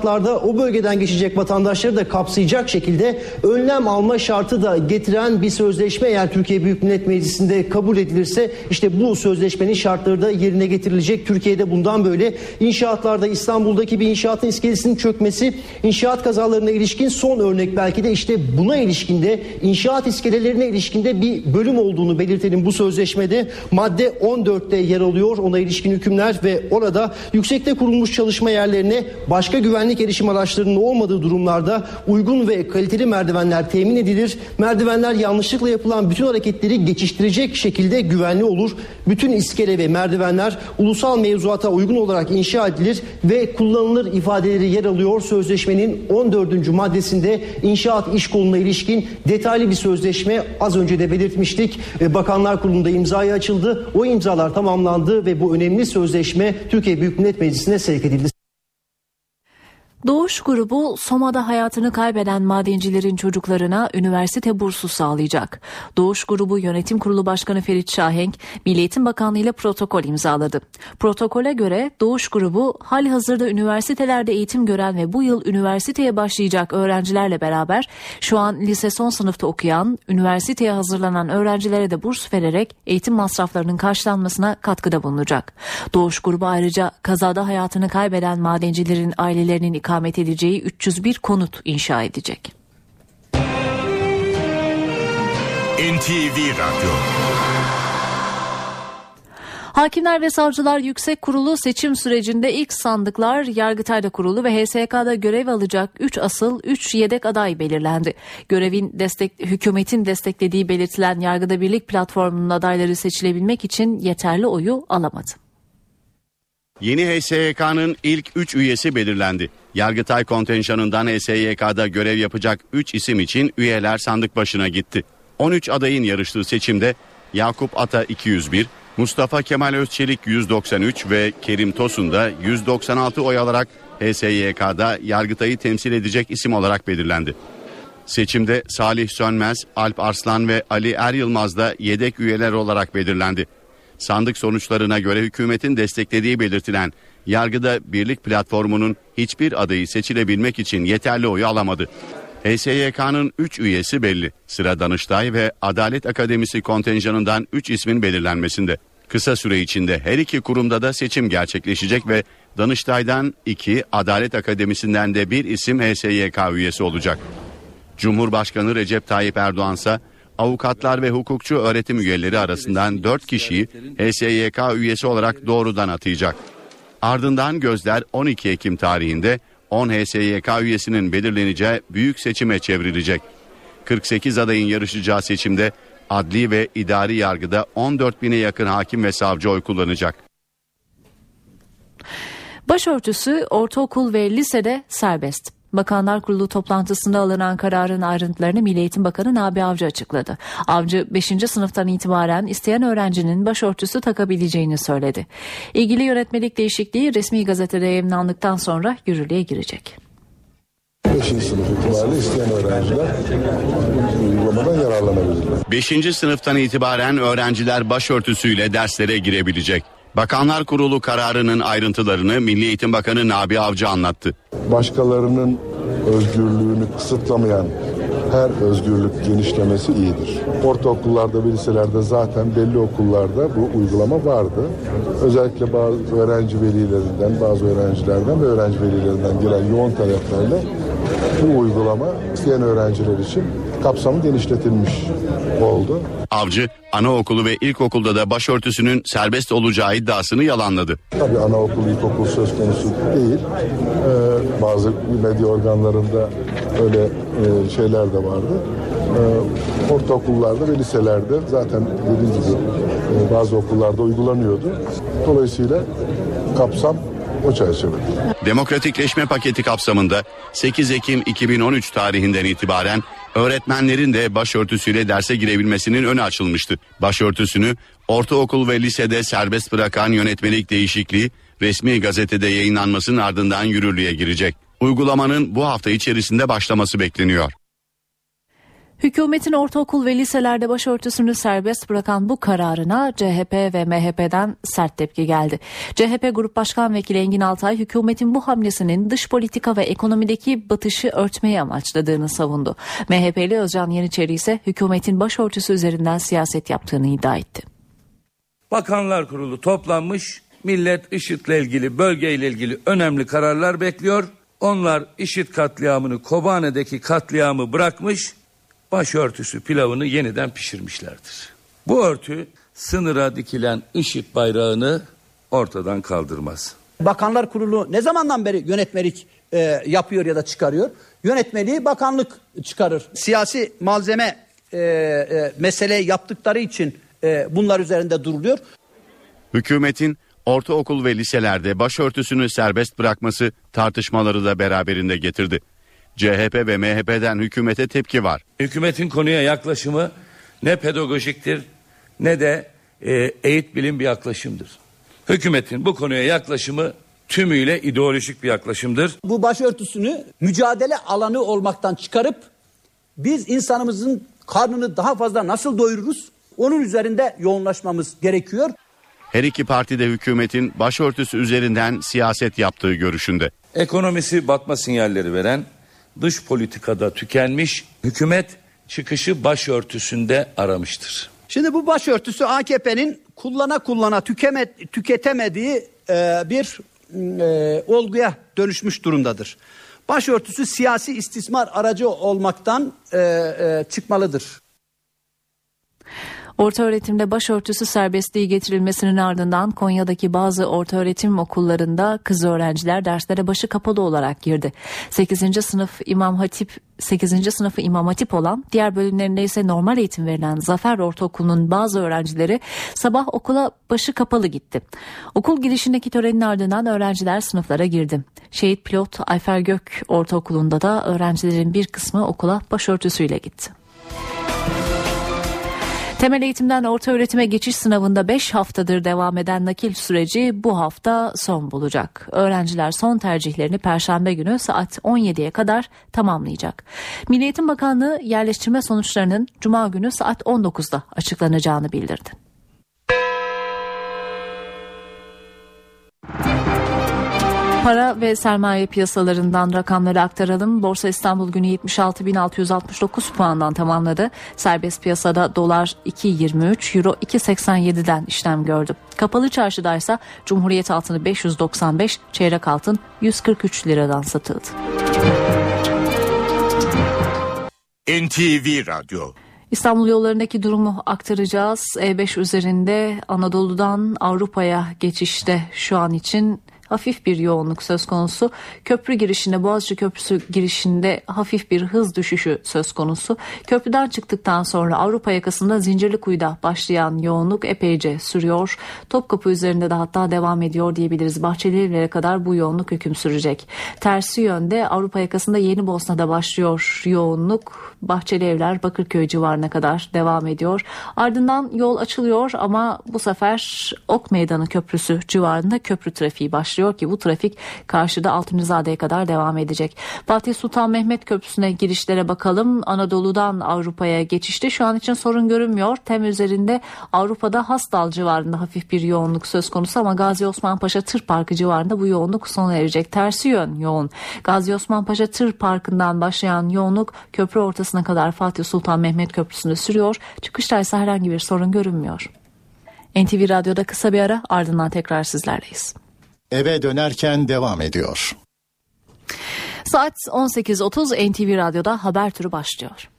inşaatlarda o bölgeden geçecek vatandaşları da kapsayacak şekilde önlem alma şartı da getiren bir sözleşme eğer Türkiye Büyük Millet Meclisi'nde kabul edilirse işte bu sözleşmenin şartları da yerine getirilecek. Türkiye'de bundan böyle inşaatlarda İstanbul'daki bir inşaatın iskelesinin çökmesi, inşaat kazalarına ilişkin son örnek belki de işte buna ilişkinde inşaat iskelelerine ilişkinde bir bölüm olduğunu belirtelim bu sözleşmede. Madde on dörtte yer alıyor ona ilişkin hükümler ve orada yüksekte kurulmuş çalışma yerlerine başka güvenlik erişim araçlarının olmadığı durumlarda uygun ve kaliteli merdivenler temin edilir. Merdivenler yanlışlıkla yapılan bütün hareketleri geçiştirecek şekilde güvenli olur. Bütün iskele ve merdivenler ulusal mevzuata uygun olarak inşa edilir ve kullanılır ifadeleri yer alıyor. Sözleşmenin on dördüncü maddesinde inşaat iş koluna ilişkin detaylı bir sözleşme az önce de belirtmiştik. Bakanlar Kurulu'nda imzaya açıldı. O imzalar tamamlandı ve bu önemli sözleşme Türkiye Büyük Millet Meclisi'ne sevk edildi. Doğuş grubu Soma'da hayatını kaybeden madencilerin çocuklarına üniversite bursu sağlayacak. Doğuş grubu Yönetim Kurulu Başkanı Ferit Şahenk, Milli Eğitim Bakanlığı ile protokol imzaladı. Protokole göre Doğuş grubu halihazırda üniversitelerde eğitim gören ve bu yıl üniversiteye başlayacak öğrencilerle beraber şu an lise son sınıfta okuyan, üniversiteye hazırlanan öğrencilere de burs vererek eğitim masraflarının karşılanmasına katkıda bulunacak. Doğuş grubu ayrıca kazada hayatını kaybeden madencilerin ailelerinin ikamet edeceği üç yüz bir konut inşa edecek. N T V Radyo. Hakimler ve Savcılar Yüksek Kurulu seçim sürecinde ilk sandıklar Yargıtay'da kuruldu ve H S Y K'da görev alacak üç asıl üç yedek aday belirlendi. Görevin destek, hükümetin desteklediği belirtilen Yargıda Birlik platformunun adayları seçilebilmek için yeterli oyu alamadı. Yeni H S Y K'nın ilk üç üyesi belirlendi. Yargıtay kontenjanından H S Y K'da görev yapacak üç isim için üyeler sandık başına gitti. on üç adayın yarıştığı seçimde Yakup Ata iki yüz bir, Mustafa Kemal Özçelik yüz doksan üç ve Kerim Tosun da yüz doksan altı oy alarak H S Y K'da Yargıtay'ı temsil edecek isim olarak belirlendi. Seçimde Salih Sönmez, Alp Arslan ve Ali Er Yılmaz da yedek üyeler olarak belirlendi. Sandık sonuçlarına göre hükümetin desteklediği belirtilen Yargıda Birlik platformunun hiçbir adayı seçilebilmek için yeterli oyu alamadı. H S Y K'nın üç üyesi belli. Sıra Danıştay ve Adalet Akademisi kontenjanından üç ismin belirlenmesinde. Kısa süre içinde her iki kurumda da seçim gerçekleşecek ve Danıştay'dan iki, Adalet Akademisi'nden de bir isim H S Y K üyesi olacak. Cumhurbaşkanı Recep Tayyip Erdoğan ise avukatlar ve hukukçu öğretim üyeleri arasından dört kişiyi H S Y K üyesi olarak doğrudan atayacak. Ardından gözler on iki Ekim tarihinde on H S Y K üyesinin belirleneceği büyük seçime çevrilecek. kırk sekiz adayın yarışacağı seçimde adli ve idari yargıda on dört bine yakın hakim ve savcı oy kullanacak. Başörtüsü ortaokul ve lisede serbest. Bakanlar Kurulu toplantısında alınan kararın ayrıntılarını Milli Eğitim Bakanı Nabi Avcı açıkladı. Avcı beşinci sınıftan itibaren isteyen öğrencinin başörtüsü takabileceğini söyledi. İlgili yönetmelik değişikliği resmi gazetede yayımlandıktan sonra yürürlüğe girecek. beşinci sınıf itibariyle isteyen öğrenciler uygulamadan yararlanabilirler. beşinci sınıftan itibaren öğrenciler başörtüsüyle derslere girebilecek. Bakanlar Kurulu kararının ayrıntılarını Milli Eğitim Bakanı Nabi Avcı anlattı. Başkalarının özgürlüğünü kısıtlamayan her özgürlük genişlemesi iyidir. Ortaokullarda ve liselerde zaten belli okullarda bu uygulama vardı. Özellikle bazı öğrenci velilerinden, bazı öğrencilerden ve öğrenci velilerinden gelen yoğun taleplerle bu uygulama isteyen öğrenciler için kapsamı genişletilmiş oldu. Avcı, anaokulu ve ilkokulda da başörtüsünün serbest olacağı iddiasını yalanladı. Tabii anaokul, ilkokul söz konusu değil. Ee, bazı medya organlarında öyle e, şeyler de vardı. Ee, ortaokullarda ve liselerde zaten dediğim gibi e, bazı okullarda uygulanıyordu. Dolayısıyla kapsam o çerçevede. Demokratikleşme paketi kapsamında sekiz Ekim iki bin on üç tarihinden itibaren öğretmenlerin de başörtüsüyle derse girebilmesinin önü açılmıştı. Başörtüsünü ortaokul ve lisede serbest bırakan yönetmelik değişikliği resmi gazetede yayınlanmasının ardından yürürlüğe girecek. Uygulamanın bu hafta içerisinde başlaması bekleniyor. Hükümetin ortaokul ve liselerde başörtüsünü serbest bırakan bu kararına C H P ve M H P'den sert tepki geldi. C H P Grup Başkan Vekili Engin Altay, hükümetin bu hamlesinin dış politika ve ekonomideki batışı örtmeyi amaçladığını savundu. M H P'li Özcan Yeniçeri ise hükümetin başörtüsü üzerinden siyaset yaptığını iddia etti. Bakanlar Kurulu toplanmış, millet IŞİD'le ilgili, bölgeyle ilgili önemli kararlar bekliyor. Onlar IŞİD katliamını, Kobane'deki katliamı bırakmış, başörtüsü pilavını yeniden pişirmişlerdir. Bu örtü sınıra dikilen IŞİD bayrağını ortadan kaldırmaz. Bakanlar Kurulu ne zamandan beri yönetmelik e, yapıyor ya da çıkarıyor? Yönetmeliği bakanlık çıkarır. Siyasi malzeme e, e, mesele yaptıkları için e, bunlar üzerinde duruluyor. Hükümetin ortaokul ve liselerde başörtüsünü serbest bırakması tartışmaları da beraberinde getirdi. C H P ve M H P'den hükümete tepki var. Hükümetin konuya yaklaşımı ne pedagojiktir ne de e, eğit bilim bir yaklaşımdır. Hükümetin bu konuya yaklaşımı tümüyle ideolojik bir yaklaşımdır. Bu başörtüsünü mücadele alanı olmaktan çıkarıp biz insanımızın karnını daha fazla nasıl doyururuz? Onun üzerinde yoğunlaşmamız gerekiyor. Her iki parti de hükümetin başörtüsü üzerinden siyaset yaptığı görüşünde. Ekonomisi batma sinyalleri veren, dış politikada tükenmiş, hükümet çıkışı başörtüsünde aramıştır. Şimdi bu başörtüsü A K P'nin kullana kullana tükeme, tüketemediği e, bir e, olguya dönüşmüş durumdadır. Başörtüsü siyasi istismar aracı olmaktan e, e, çıkmalıdır. Ortaöğretimde başörtüsü serbestliği getirilmesinin ardından Konya'daki bazı ortaöğretim okullarında kız öğrenciler derslere başı kapalı olarak girdi. sekizinci sınıf İmam Hatip sekizinci sınıfı İmam Hatip olan, diğer bölümlerinde ise normal eğitim verilen Zafer Ortaokulu'nun bazı öğrencileri sabah okula başı kapalı gitti. Okul girişindeki törenin ardından öğrenciler sınıflara girdi. Şehit Pilot Ayfer Gök Ortaokulu'nda da öğrencilerin bir kısmı okula başörtüsüyle gitti. Temel eğitimden ortaöğretime geçiş sınavında beş haftadır devam eden nakil süreci bu hafta son bulacak. Öğrenciler son tercihlerini Perşembe günü saat on yediye kadar tamamlayacak. Milli Eğitim Bakanlığı yerleştirme sonuçlarının Cuma günü saat on dokuzda açıklanacağını bildirdi. Para ve sermaye piyasalarından rakamları aktaralım. Borsa İstanbul günü yetmiş altı bin altı yüz altmış dokuz puandan tamamladı. Serbest piyasada dolar iki virgül yirmi üç, euro iki virgül seksen yedi'den işlem gördü. Kapalı çarşıdaysa Cumhuriyet altını beş yüz doksan beş, çeyrek altın yüz kırk üç liradan satıldı. N T V Radyo. İstanbul yollarındaki durumu aktaracağız. E beş üzerinde Anadolu'dan Avrupa'ya geçişte şu an için hafif bir yoğunluk söz konusu. Köprü girişinde, Boğaziçi Köprüsü girişinde hafif bir hız düşüşü söz konusu. Köprüden çıktıktan sonra Avrupa yakasında Zincirlikuyu'da başlayan yoğunluk epeyce sürüyor. Topkapı üzerinde de hatta devam ediyor diyebiliriz. Bahçelievler'e kadar bu yoğunluk hüküm sürecek. Tersi yönde Avrupa yakasında Yenibosna'da başlıyor yoğunluk. Bahçelievler Bakırköy civarına kadar devam ediyor. Ardından yol açılıyor ama bu sefer Ok Meydanı Köprüsü civarında köprü trafiği başlıyor ki bu trafik karşıda Altunizade'ye kadar devam edecek. Fatih Sultan Mehmet Köprüsü'ne girişlere bakalım. Anadolu'dan Avrupa'ya geçişte şu an için sorun görünmüyor. Tem üzerinde Avrupa'da Hastal civarında hafif bir yoğunluk söz konusu ama Gazi Osman Paşa Tır Parkı civarında bu yoğunluk sona erecek. Tersi yön yoğun. Gazi Osman Paşa Tır Parkı'ndan başlayan yoğunluk köprü ortasına kadar Fatih Sultan Mehmet Köprüsü'nde sürüyor. Çıkışta ise herhangi bir sorun görünmüyor. N T V Radyo'da kısa bir ara, ardından tekrar sizlerleyiz. Eve dönerken devam ediyor. Saat on sekiz otuz, N T V Radyo'da haber turu başlıyor.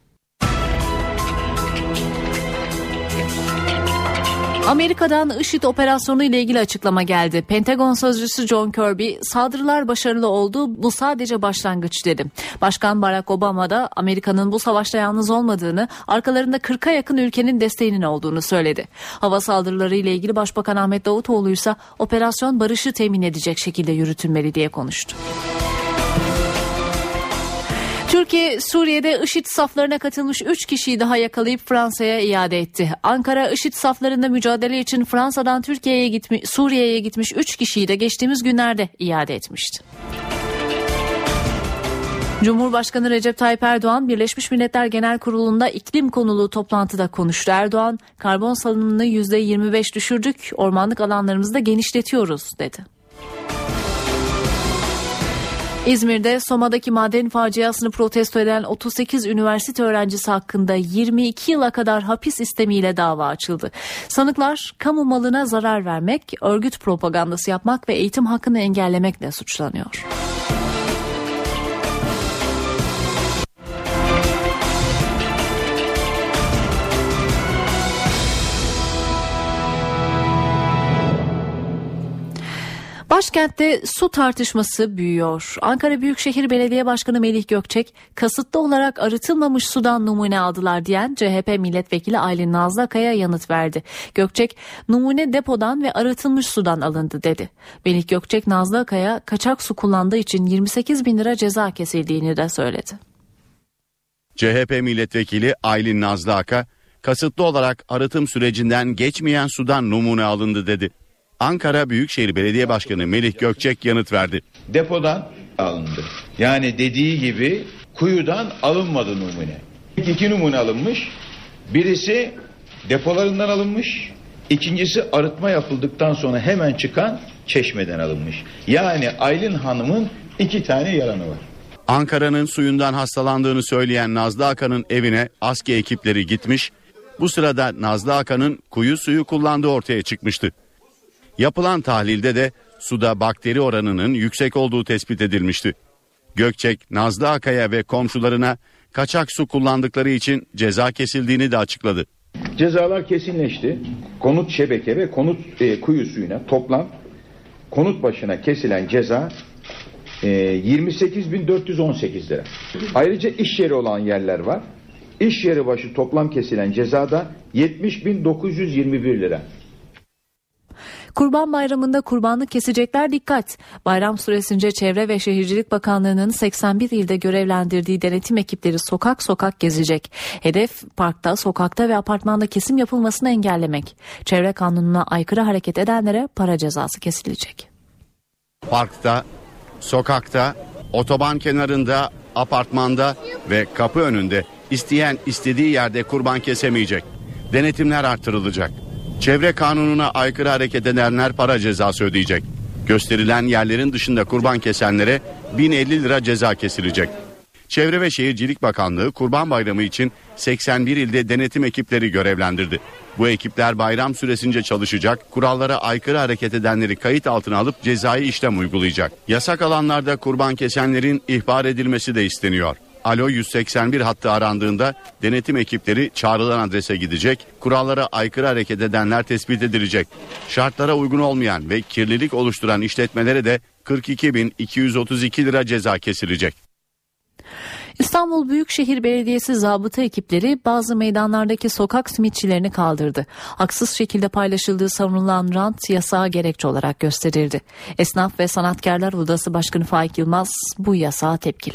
Amerika'dan IŞİD operasyonu ile ilgili açıklama geldi. Pentagon sözcüsü John Kirby, saldırılar başarılı oldu, bu sadece başlangıç dedi. Başkan Barack Obama da Amerika'nın bu savaşta yalnız olmadığını, arkalarında kırka yakın ülkenin desteğinin olduğunu söyledi. Hava saldırıları ile ilgili Başbakan Ahmet Davutoğlu ise operasyon barışı temin edecek şekilde yürütülmeli diye konuştu. Türkiye, Suriye'de IŞİD saflarına katılmış üç kişiyi daha yakalayıp Fransa'ya iade etti. Ankara, IŞİD saflarında mücadele için Fransa'dan Türkiye'ye gitmiş, Suriye'ye gitmiş üç kişiyi de geçtiğimiz günlerde iade etmişti. Cumhurbaşkanı Recep Tayyip Erdoğan Birleşmiş Milletler Genel Kurulu'nda iklim konulu toplantıda konuştu. Erdoğan, karbon salınımını yüzde yirmi beş düşürdük, ormanlık alanlarımızı da genişletiyoruz dedi. İzmir'de Soma'daki maden faciasını protesto eden otuz sekiz üniversite öğrencisi hakkında yirmi iki yıla kadar hapis istemiyle dava açıldı. Sanıklar kamu malına zarar vermek, örgüt propagandası yapmak ve eğitim hakkını engellemekle suçlanıyor. Başkentte su tartışması büyüyor. Ankara Büyükşehir Belediye Başkanı Melih Gökçek, kasıtlı olarak arıtılmamış sudan numune aldılar diyen C H P Milletvekili Aylin Nazlı Akay'a yanıt verdi. Gökçek, numune depodan ve arıtılmış sudan alındı dedi. Melih Gökçek, Nazlı Akay'a kaçak su kullandığı için yirmi sekiz bin lira ceza kesildiğini de söyledi. C H P Milletvekili Aylin Nazlı Aka, kasıtlı olarak arıtım sürecinden geçmeyen sudan numune alındı dedi. Ankara Büyükşehir Belediye Başkanı Melih Gökçek yanıt verdi. Depodan alındı. Yani dediği gibi kuyudan alınmadı numune. İki numune alınmış. Birisi depolarından alınmış. İkincisi arıtma yapıldıktan sonra hemen çıkan çeşmeden alınmış. Yani Aylin Hanım'ın iki tane yalanı var. Ankara'nın suyundan hastalandığını söyleyen Nazlı Aka'nın evine ASKİ ekipleri gitmiş. Bu sırada Nazlı Aka'nın kuyu suyu kullandığı ortaya çıkmıştı. Yapılan tahlilde de suda bakteri oranının yüksek olduğu tespit edilmişti. Gökçek, Nazlı Aka'ya ve komşularına kaçak su kullandıkları için ceza kesildiğini de açıkladı. Cezalar kesinleşti. Konut şebeke ve konut e, kuyu suyuna toplam konut başına kesilen ceza e, yirmi sekiz bin dört yüz on sekiz lira. Ayrıca iş yeri olan yerler var. İş yeri başı toplam kesilen ceza da yetmiş bin dokuz yüz yirmi bir lira. Kurban Bayramı'nda kurbanlık kesecekler dikkat. Bayram süresince Çevre ve Şehircilik Bakanlığı'nın seksen bir ilde görevlendirdiği denetim ekipleri sokak sokak gezecek. Hedef parkta, sokakta ve apartmanda kesim yapılmasını engellemek. Çevre kanununa aykırı hareket edenlere para cezası kesilecek. Parkta, sokakta, otoban kenarında, apartmanda ve kapı önünde isteyen istediği yerde kurban kesemeyecek. Denetimler artırılacak. Çevre kanununa aykırı hareket edenler para cezası ödeyecek. Gösterilen yerlerin dışında kurban kesenlere bin elli lira ceza kesilecek. Çevre ve Şehircilik Bakanlığı Kurban Bayramı için seksen bir ilde denetim ekipleri görevlendirdi. Bu ekipler bayram süresince çalışacak, kurallara aykırı hareket edenleri kayıt altına alıp cezai işlem uygulayacak. Yasak alanlarda kurban kesenlerin ihbar edilmesi de isteniyor. Alo yüz seksen bir hattı arandığında denetim ekipleri çağrılan adrese gidecek, kurallara aykırı hareket edenler tespit edilecek. Şartlara uygun olmayan ve kirlilik oluşturan işletmelere de kırk iki bin iki yüz otuz iki lira ceza kesilecek. İstanbul Büyükşehir Belediyesi zabıta ekipleri bazı meydanlardaki sokak simitçilerini kaldırdı. Haksız şekilde paylaşıldığı savunulan rant yasağa gerekçe olarak gösterildi. Esnaf ve Sanatkarlar Odası Başkanı Faik Yılmaz bu yasağa tepkili.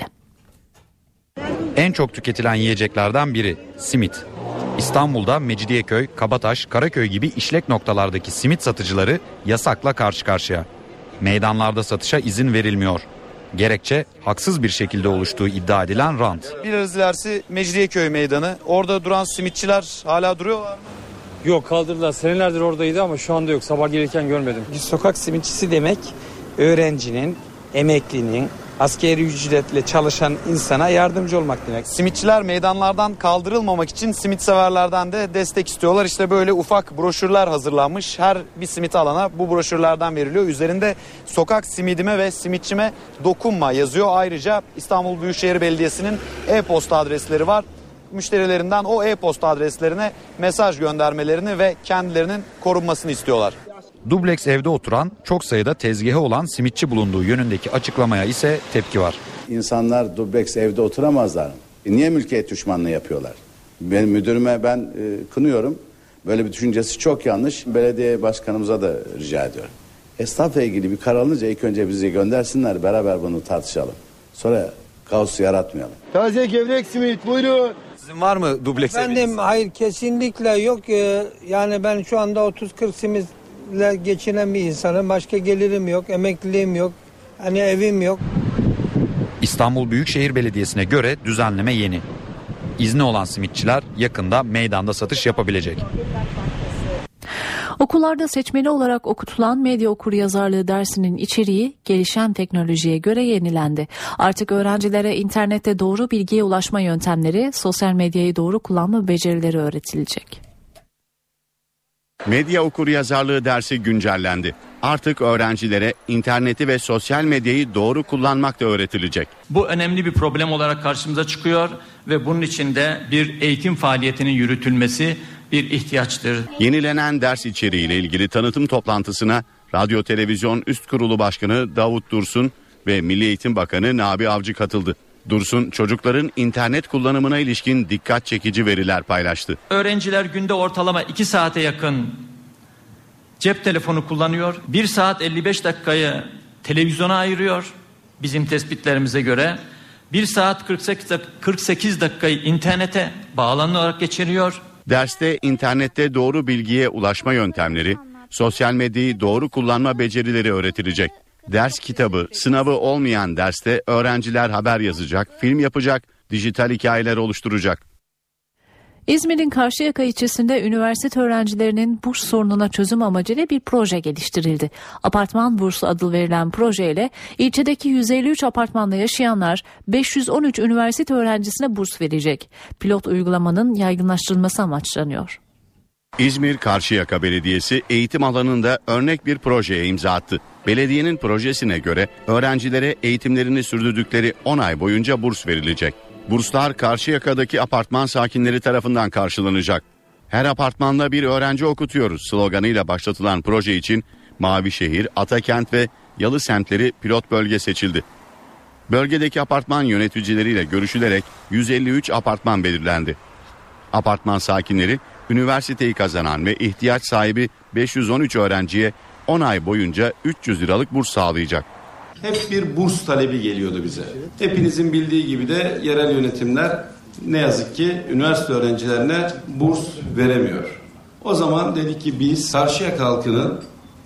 En çok tüketilen yiyeceklerden biri simit. İstanbul'da Mecidiyeköy, Kabataş, Karaköy gibi işlek noktalardaki simit satıcıları yasakla karşı karşıya. Meydanlarda satışa izin verilmiyor. Gerekçe haksız bir şekilde oluştuğu iddia edilen rant. Biraz ilerisi Mecidiyeköy meydanı. Orada duran simitçiler hala duruyorlar mı? Yok, kaldırdılar. Senelerdir oradaydı ama şu anda yok. Sabah gelirken görmedim. Sokak simitçisi demek öğrencinin, emeklinin, askeri ücretle çalışan insana yardımcı olmak demek. Simitçiler meydanlardan kaldırılmamak için simit severlerden de destek istiyorlar. İşte böyle ufak broşürler hazırlanmış. Her bir simit alana bu broşürlerden veriliyor. Üzerinde sokak simidime ve simitçime dokunma yazıyor. Ayrıca İstanbul Büyükşehir Belediyesi'nin e-posta adresleri var. Müşterilerinden o e-posta adreslerine mesaj göndermelerini ve kendilerinin korunmasını istiyorlar. Dubleks evde oturan, çok sayıda tezgahı olan simitçi bulunduğu yönündeki açıklamaya ise tepki var. İnsanlar dubleks evde oturamazlar. E niye mülkiyet düşmanlığı yapıyorlar? Benim müdürüme ben e, kınıyorum. Böyle bir düşüncesi çok yanlış. Belediye başkanımıza da rica ediyorum. Esnafla ilgili bir karar alınca ilk önce bizi göndersinler, beraber bunu tartışalım. Sonra kaos yaratmayalım. Taze gevrek simit buyurun. Sizin var mı dubleks eviniz? Efendim hayır, kesinlikle yok. Ee, yani ben şu anda otuz kırk simit geçinen bir insanım. Başka gelirim yok, emekliliğim yok, hani evim yok. İstanbul Büyükşehir Belediyesi'ne göre düzenleme yeni. İzni olan simitçiler yakında meydanda satış yapabilecek. Okullarda seçmeli olarak okutulan medya okuryazarlığı dersinin içeriği gelişen teknolojiye göre yenilendi. Artık öğrencilere internette doğru bilgiye ulaşma yöntemleri, sosyal medyayı doğru kullanma becerileri öğretilecek. Medya okuryazarlığı dersi güncellendi. Artık öğrencilere interneti ve sosyal medyayı doğru kullanmak da öğretilecek. Bu önemli bir problem olarak karşımıza çıkıyor ve bunun için de bir eğitim faaliyetinin yürütülmesi bir ihtiyaçtır. Yenilenen ders içeriğiyle ilgili tanıtım toplantısına Radyo Televizyon Üst Kurulu Başkanı Davut Dursun ve Milli Eğitim Bakanı Nabi Avcı katıldı. Dursun çocukların internet kullanımına ilişkin dikkat çekici veriler paylaştı. Öğrenciler günde ortalama iki saate yakın cep telefonu kullanıyor. bir saat elli beş dakikayı televizyona ayırıyor bizim tespitlerimize göre. bir saat kırk sekiz dakikayı internete bağlanarak geçiriyor. Derste internette doğru bilgiye ulaşma yöntemleri, sosyal medyayı doğru kullanma becerileri öğretilecek. Ders kitabı, sınavı olmayan derste öğrenciler haber yazacak, film yapacak, dijital hikayeler oluşturacak. İzmir'in Karşıyaka ilçesinde üniversite öğrencilerinin burs sorununa çözüm amacıyla bir proje geliştirildi. Apartman bursu adı verilen projeyle ilçedeki yüz elli üç apartmanda yaşayanlar beş yüz on üç üniversite öğrencisine burs verecek. Pilot uygulamanın yaygınlaştırılması amaçlanıyor. İzmir Karşıyaka Belediyesi eğitim alanında örnek bir projeye imza attı. Belediyenin projesine göre öğrencilere eğitimlerini sürdürdükleri on ay boyunca burs verilecek. Burslar Karşıyaka'daki apartman sakinleri tarafından karşılanacak. Her apartmanda bir öğrenci okutuyoruz sloganıyla başlatılan proje için Mavişehir, Atakent ve Yalı semtleri pilot bölge seçildi. Bölgedeki apartman yöneticileriyle görüşülerek yüz elli üç apartman belirlendi. Apartman sakinleri üniversiteyi kazanan ve ihtiyaç sahibi beş yüz on üç öğrenciye on ay boyunca üç yüz liralık burs sağlayacak. Hep bir burs talebi geliyordu bize. Hepinizin bildiği gibi de yerel yönetimler ne yazık ki üniversite öğrencilerine burs veremiyor. O zaman dedik ki biz Karşıyaka halkının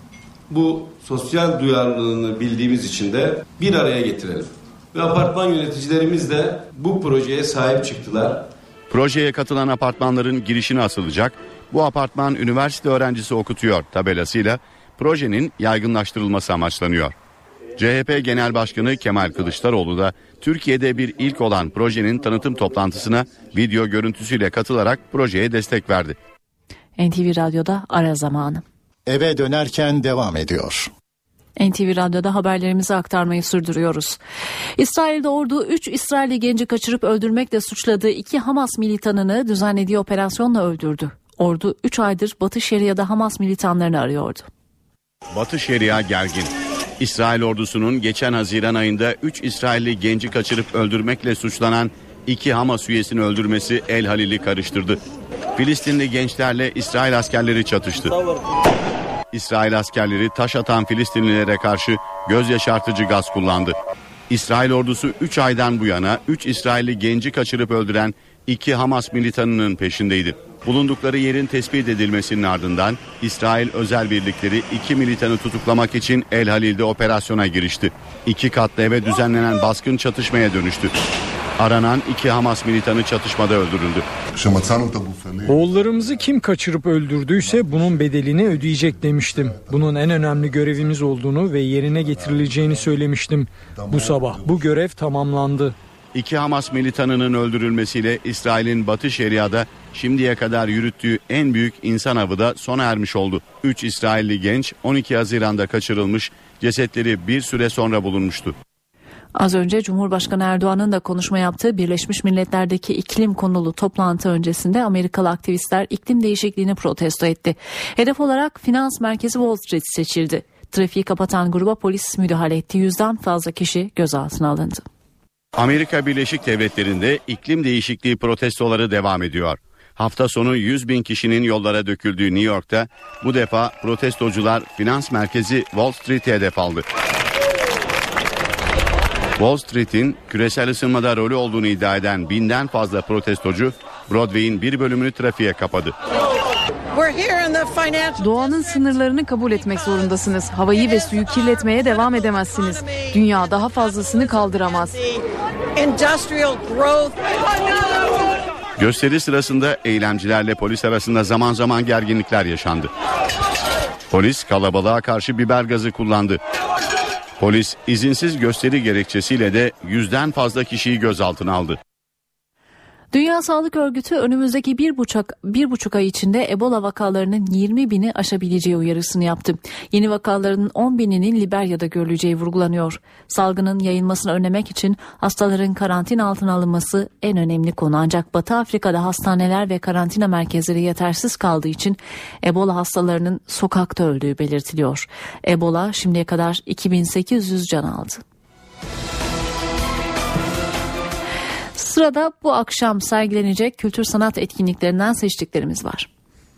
bu sosyal duyarlılığını bildiğimiz için de bir araya getirelim. Ve apartman yöneticilerimiz de bu projeye sahip çıktılar. Projeye katılan apartmanların girişine asılacak, bu apartman üniversite öğrencisi okutuyor tabelasıyla projenin yaygınlaştırılması amaçlanıyor. C H P Genel Başkanı Kemal Kılıçdaroğlu da Türkiye'de bir ilk olan projenin tanıtım toplantısına video görüntüsüyle katılarak projeye destek verdi. N T V Radyo'da ara zamanı. Eve dönerken devam ediyor. N T V Radyo'da haberlerimizi aktarmayı sürdürüyoruz. İsrail'de ordu üç İsrailli genci kaçırıp öldürmekle suçladığı iki Hamas militanını düzenlediği operasyonla öldürdü. Ordu üç aydır Batı Şeria'da Hamas militanlarını arıyordu. Batı Şeria gergin. İsrail ordusunun geçen Haziran ayında üç İsrailli genci kaçırıp öldürmekle suçlanan iki Hamas üyesini öldürmesi El Halil'i karıştırdı. Filistinli gençlerle İsrail askerleri çatıştı. İsrail askerleri taş atan Filistinlilere karşı göz yaşartıcı gaz kullandı. İsrail ordusu üç aydan bu yana üç İsrailli genci kaçırıp öldüren iki Hamas militanının peşindeydi. Bulundukları yerin tespit edilmesinin ardından İsrail özel birlikleri iki militanı tutuklamak için El Halil'de operasyona girişti. İki katlı eve düzenlenen baskın çatışmaya dönüştü. Aranan iki Hamas militanı çatışmada öldürüldü. Oğullarımızı kim kaçırıp öldürdüyse bunun bedelini ödeyecek demiştim. Bunun en önemli görevimiz olduğunu ve yerine getirileceğini söylemiştim. Bu sabah bu görev tamamlandı. İki Hamas militanının öldürülmesiyle İsrail'in Batı Şeria'da şimdiye kadar yürüttüğü en büyük insan avı da sona ermiş oldu. üç İsrailli genç on iki Haziran'da kaçırılmış, cesetleri bir süre sonra bulunmuştu. Az önce Cumhurbaşkanı Erdoğan'ın da konuşma yaptığı Birleşmiş Milletler'deki iklim konulu toplantı öncesinde Amerikalı aktivistler iklim değişikliğini protesto etti. Hedef olarak finans merkezi Wall Street seçildi. Trafiği kapatan gruba polis müdahale etti. Yüzden fazla kişi gözaltına alındı. Amerika Birleşik Devletleri'nde iklim değişikliği protestoları devam ediyor. Hafta sonu yüz bin kişinin yollara döküldüğü New York'ta bu defa protestocular finans merkezi Wall Street'e hedef aldı. Wall Street'in küresel ısınmada rolü olduğunu iddia eden binden fazla protestocu Broadway'in bir bölümünü trafiğe kapadı. Doğanın sınırlarını kabul etmek zorundasınız. Havayı ve suyu kirletmeye devam edemezsiniz. Dünya daha fazlasını kaldıramaz. industrial growth. Gösteri sırasında eylemcilerle polis arasında zaman zaman gerginlikler yaşandı. Polis kalabalığa karşı biber gazı kullandı. Polis izinsiz gösteri gerekçesiyle de yüzden fazla kişiyi gözaltına aldı. Dünya Sağlık Örgütü önümüzdeki bir buçuk, bir buçuk ay içinde Ebola vakalarının yirmi bini aşabileceği uyarısını yaptı. Yeni vakaların on bininin Liberya'da görüleceği vurgulanıyor. Salgının yayılmasını önlemek için hastaların karantina altına alınması en önemli konu. Ancak Batı Afrika'da hastaneler ve karantina merkezleri yetersiz kaldığı için Ebola hastalarının sokakta öldüğü belirtiliyor. Ebola şimdiye kadar iki bin sekiz yüz can aldı. Sırada bu akşam sergilenecek kültür sanat etkinliklerinden seçtiklerimiz var.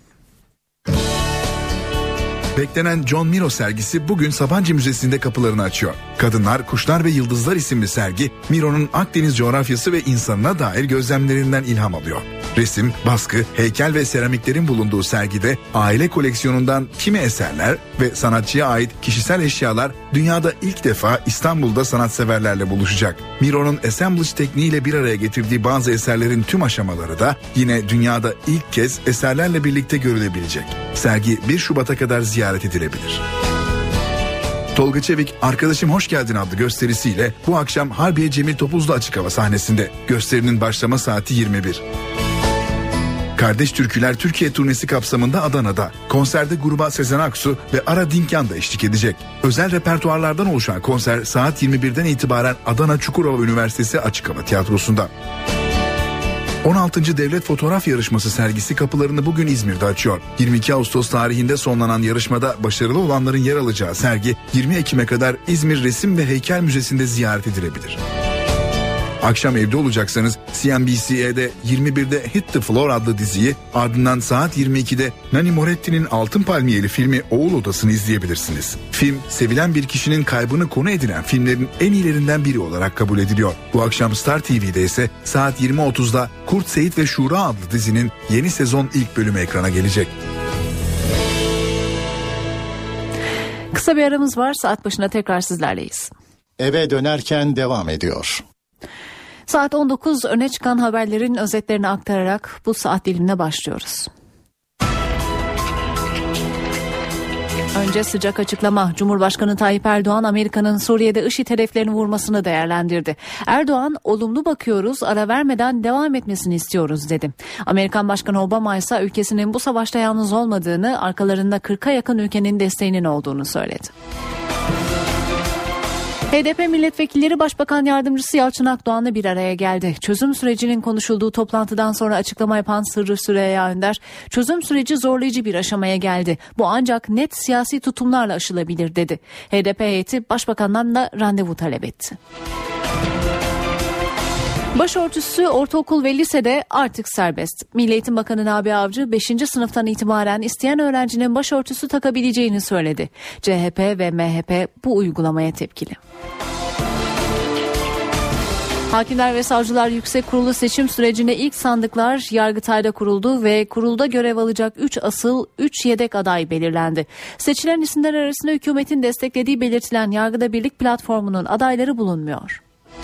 Beklenen John Miro sergisi bugün Sabancı Müzesi'nde kapılarını açıyor. Kadınlar, Kuşlar ve Yıldızlar isimli sergi, Miro'nun Akdeniz coğrafyası ve insanına dair gözlemlerinden ilham alıyor. Resim, baskı, heykel ve seramiklerin bulunduğu sergide aile koleksiyonundan kimi eserler ve sanatçıya ait kişisel eşyalar dünyada ilk defa İstanbul'da sanatseverlerle buluşacak. Miro'nun assemblage tekniğiyle bir araya getirdiği bazı eserlerin tüm aşamaları da yine dünyada ilk kez eserlerle birlikte görülebilecek. Sergi bir Şubat'a kadar ziyaret edilebilir. Tolga Çevik, Arkadaşım Hoş Geldin adlı gösterisiyle bu akşam Harbiye Cemil Topuzlu Açık Hava sahnesinde. Gösterinin başlama saati yirmi bir. Kardeş Türküler Türkiye turnesi kapsamında Adana'da. Konserde gruba Sezen Aksu ve Ara Dinkyan da eşlik edecek. Özel repertuarlardan oluşan konser saat yirmi birden itibaren Adana Çukurova Üniversitesi Açık Hava Tiyatrosu'nda. on altıncı Devlet Fotoğraf Yarışması sergisi kapılarını bugün İzmir'de açıyor. yirmi iki Ağustos tarihinde sonlanan yarışmada başarılı olanların yer alacağı sergi yirmi Ekim'e kadar İzmir Resim ve Heykel Müzesi'nde ziyaret edilebilir. Akşam evde olacaksanız C N B C'de yirmi birde Hit the Floor adlı diziyi, ardından saat yirmi ikide Nani Moretti'nin Altın Palmiyeli filmi Oğul Odası'nı izleyebilirsiniz. Film, sevilen bir kişinin kaybını konu edilen filmlerin en iyilerinden biri olarak kabul ediliyor. Bu akşam Star T V'de ise saat yirmi otuzda Kurt Seyit ve Şura adlı dizinin yeni sezon ilk bölümü ekrana gelecek. Kısa bir aramız var, saat başına tekrar sizlerleyiz. Eve dönerken devam ediyor. Saat on dokuz, öne çıkan haberlerin özetlerini aktararak bu saat dilimine başlıyoruz. Önce sıcak açıklama. Cumhurbaşkanı Tayyip Erdoğan, Amerika'nın Suriye'de IŞİD hedeflerini vurmasını değerlendirdi. Erdoğan, olumlu bakıyoruz, ara vermeden devam etmesini istiyoruz dedi. Amerikan Başkanı Obama ise ülkesinin bu savaşta yalnız olmadığını, arkalarında kırka yakın ülkenin desteğinin olduğunu söyledi. H D P milletvekilleri Başbakan Yardımcısı Yalçın Akdoğan'la bir araya geldi. Çözüm sürecinin konuşulduğu toplantıdan sonra açıklama yapan Sırrı Süreyya Önder, çözüm süreci zorlayıcı bir aşamaya geldi. Bu ancak net siyasi tutumlarla aşılabilir dedi. H D P heyeti Başbakan'dan da randevu talep etti. Başörtüsü ortaokul ve lisede artık serbest. Milli Eğitim Bakanı Nabi Avcı beşinci sınıftan itibaren isteyen öğrencinin başörtüsü takabileceğini söyledi. C H P ve M H P bu uygulamaya tepkili. Hakimler ve Savcılar Yüksek Kurulu seçim sürecinde ilk sandıklar Yargıtay'da kuruldu ve kurulda görev alacak üç asıl, üç yedek aday belirlendi. Seçilen isimler arasında hükümetin desteklediği belirtilen Yargıda Birlik platformunun adayları bulunmuyor.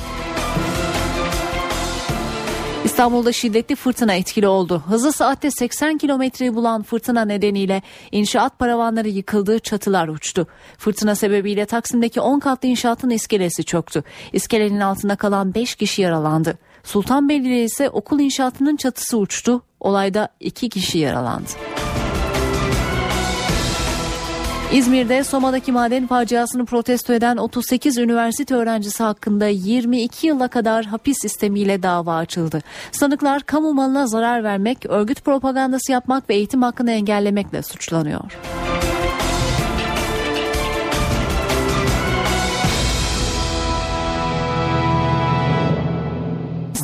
İstanbul'da şiddetli fırtına etkili oldu. Hızı saatte seksen kilometreyi bulan fırtına nedeniyle inşaat paravanları yıkıldı, çatılar uçtu. Fırtına sebebiyle Taksim'deki on katlı inşaatın iskelesi çöktü. İskelenin altında kalan beş kişi yaralandı. Sultanbeyli'de ise okul inşaatının çatısı uçtu. Olayda iki kişi yaralandı. İzmir'de Soma'daki maden faciasını protesto eden otuz sekiz üniversite öğrencisi hakkında yirmi iki yıla kadar hapis istemiyle dava açıldı. Sanıklar kamu malına zarar vermek, örgüt propagandası yapmak ve eğitim hakkını engellemekle suçlanıyor.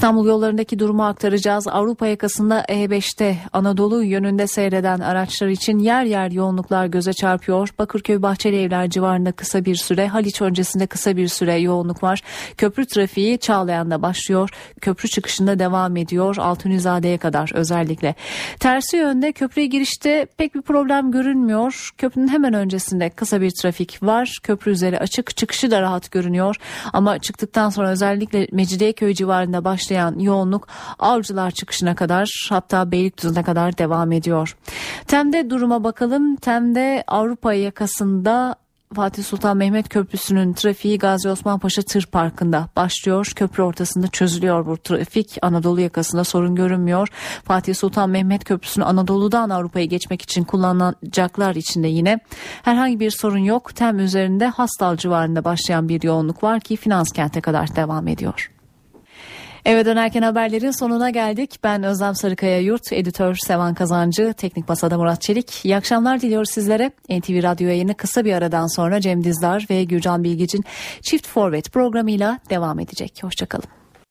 İstanbul yollarındaki durumu aktaracağız. Avrupa yakasında E beşte Anadolu yönünde seyreden araçlar için yer yer yoğunluklar göze çarpıyor. Bakırköy Bahçeli Evler civarında kısa bir süre, Haliç öncesinde kısa bir süre yoğunluk var. Köprü trafiği Çağlayan'da başlıyor. Köprü çıkışında devam ediyor. Altunizade'ye kadar özellikle. Tersi yönde köprüye girişte pek bir problem görünmüyor. Köprünün hemen öncesinde kısa bir trafik var. Köprü üzeri açık, çıkışı da rahat görünüyor. Ama çıktıktan sonra özellikle Mecidiyeköy civarında başlayan yoğunluk Avcılar çıkışına kadar, hatta Beylikdüzü'ne kadar devam ediyor. Tem'de duruma bakalım. Tem'de Avrupa yakasında Fatih Sultan Mehmet Köprüsü'nün trafiği Gazi Osman Paşa Tır Parkı'nda başlıyor. Köprü ortasında çözülüyor bu trafik. Anadolu yakasında sorun görünmüyor. Fatih Sultan Mehmet Köprüsü'nü Anadolu'dan Avrupa'ya geçmek için kullanacaklar için de yine herhangi bir sorun yok. Tem üzerinde Hastal civarında başlayan bir yoğunluk var ki Finanskent'e kadar devam ediyor. Eve dönerken haberlerin sonuna geldik. Ben Özlem Sarıkaya Yurt, editör Sevan Kazancı, teknik masada Murat Çelik. İyi akşamlar diliyoruz sizlere. N T V Radyo yayını kısa bir aradan sonra Cem Dizdar ve Gürcan Bilgic'in Çift Forvet programıyla devam edecek. Hoşçakalın.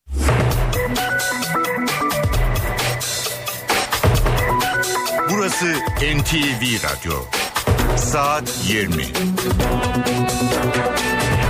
Burası N T V Radyo. Saat yirmi.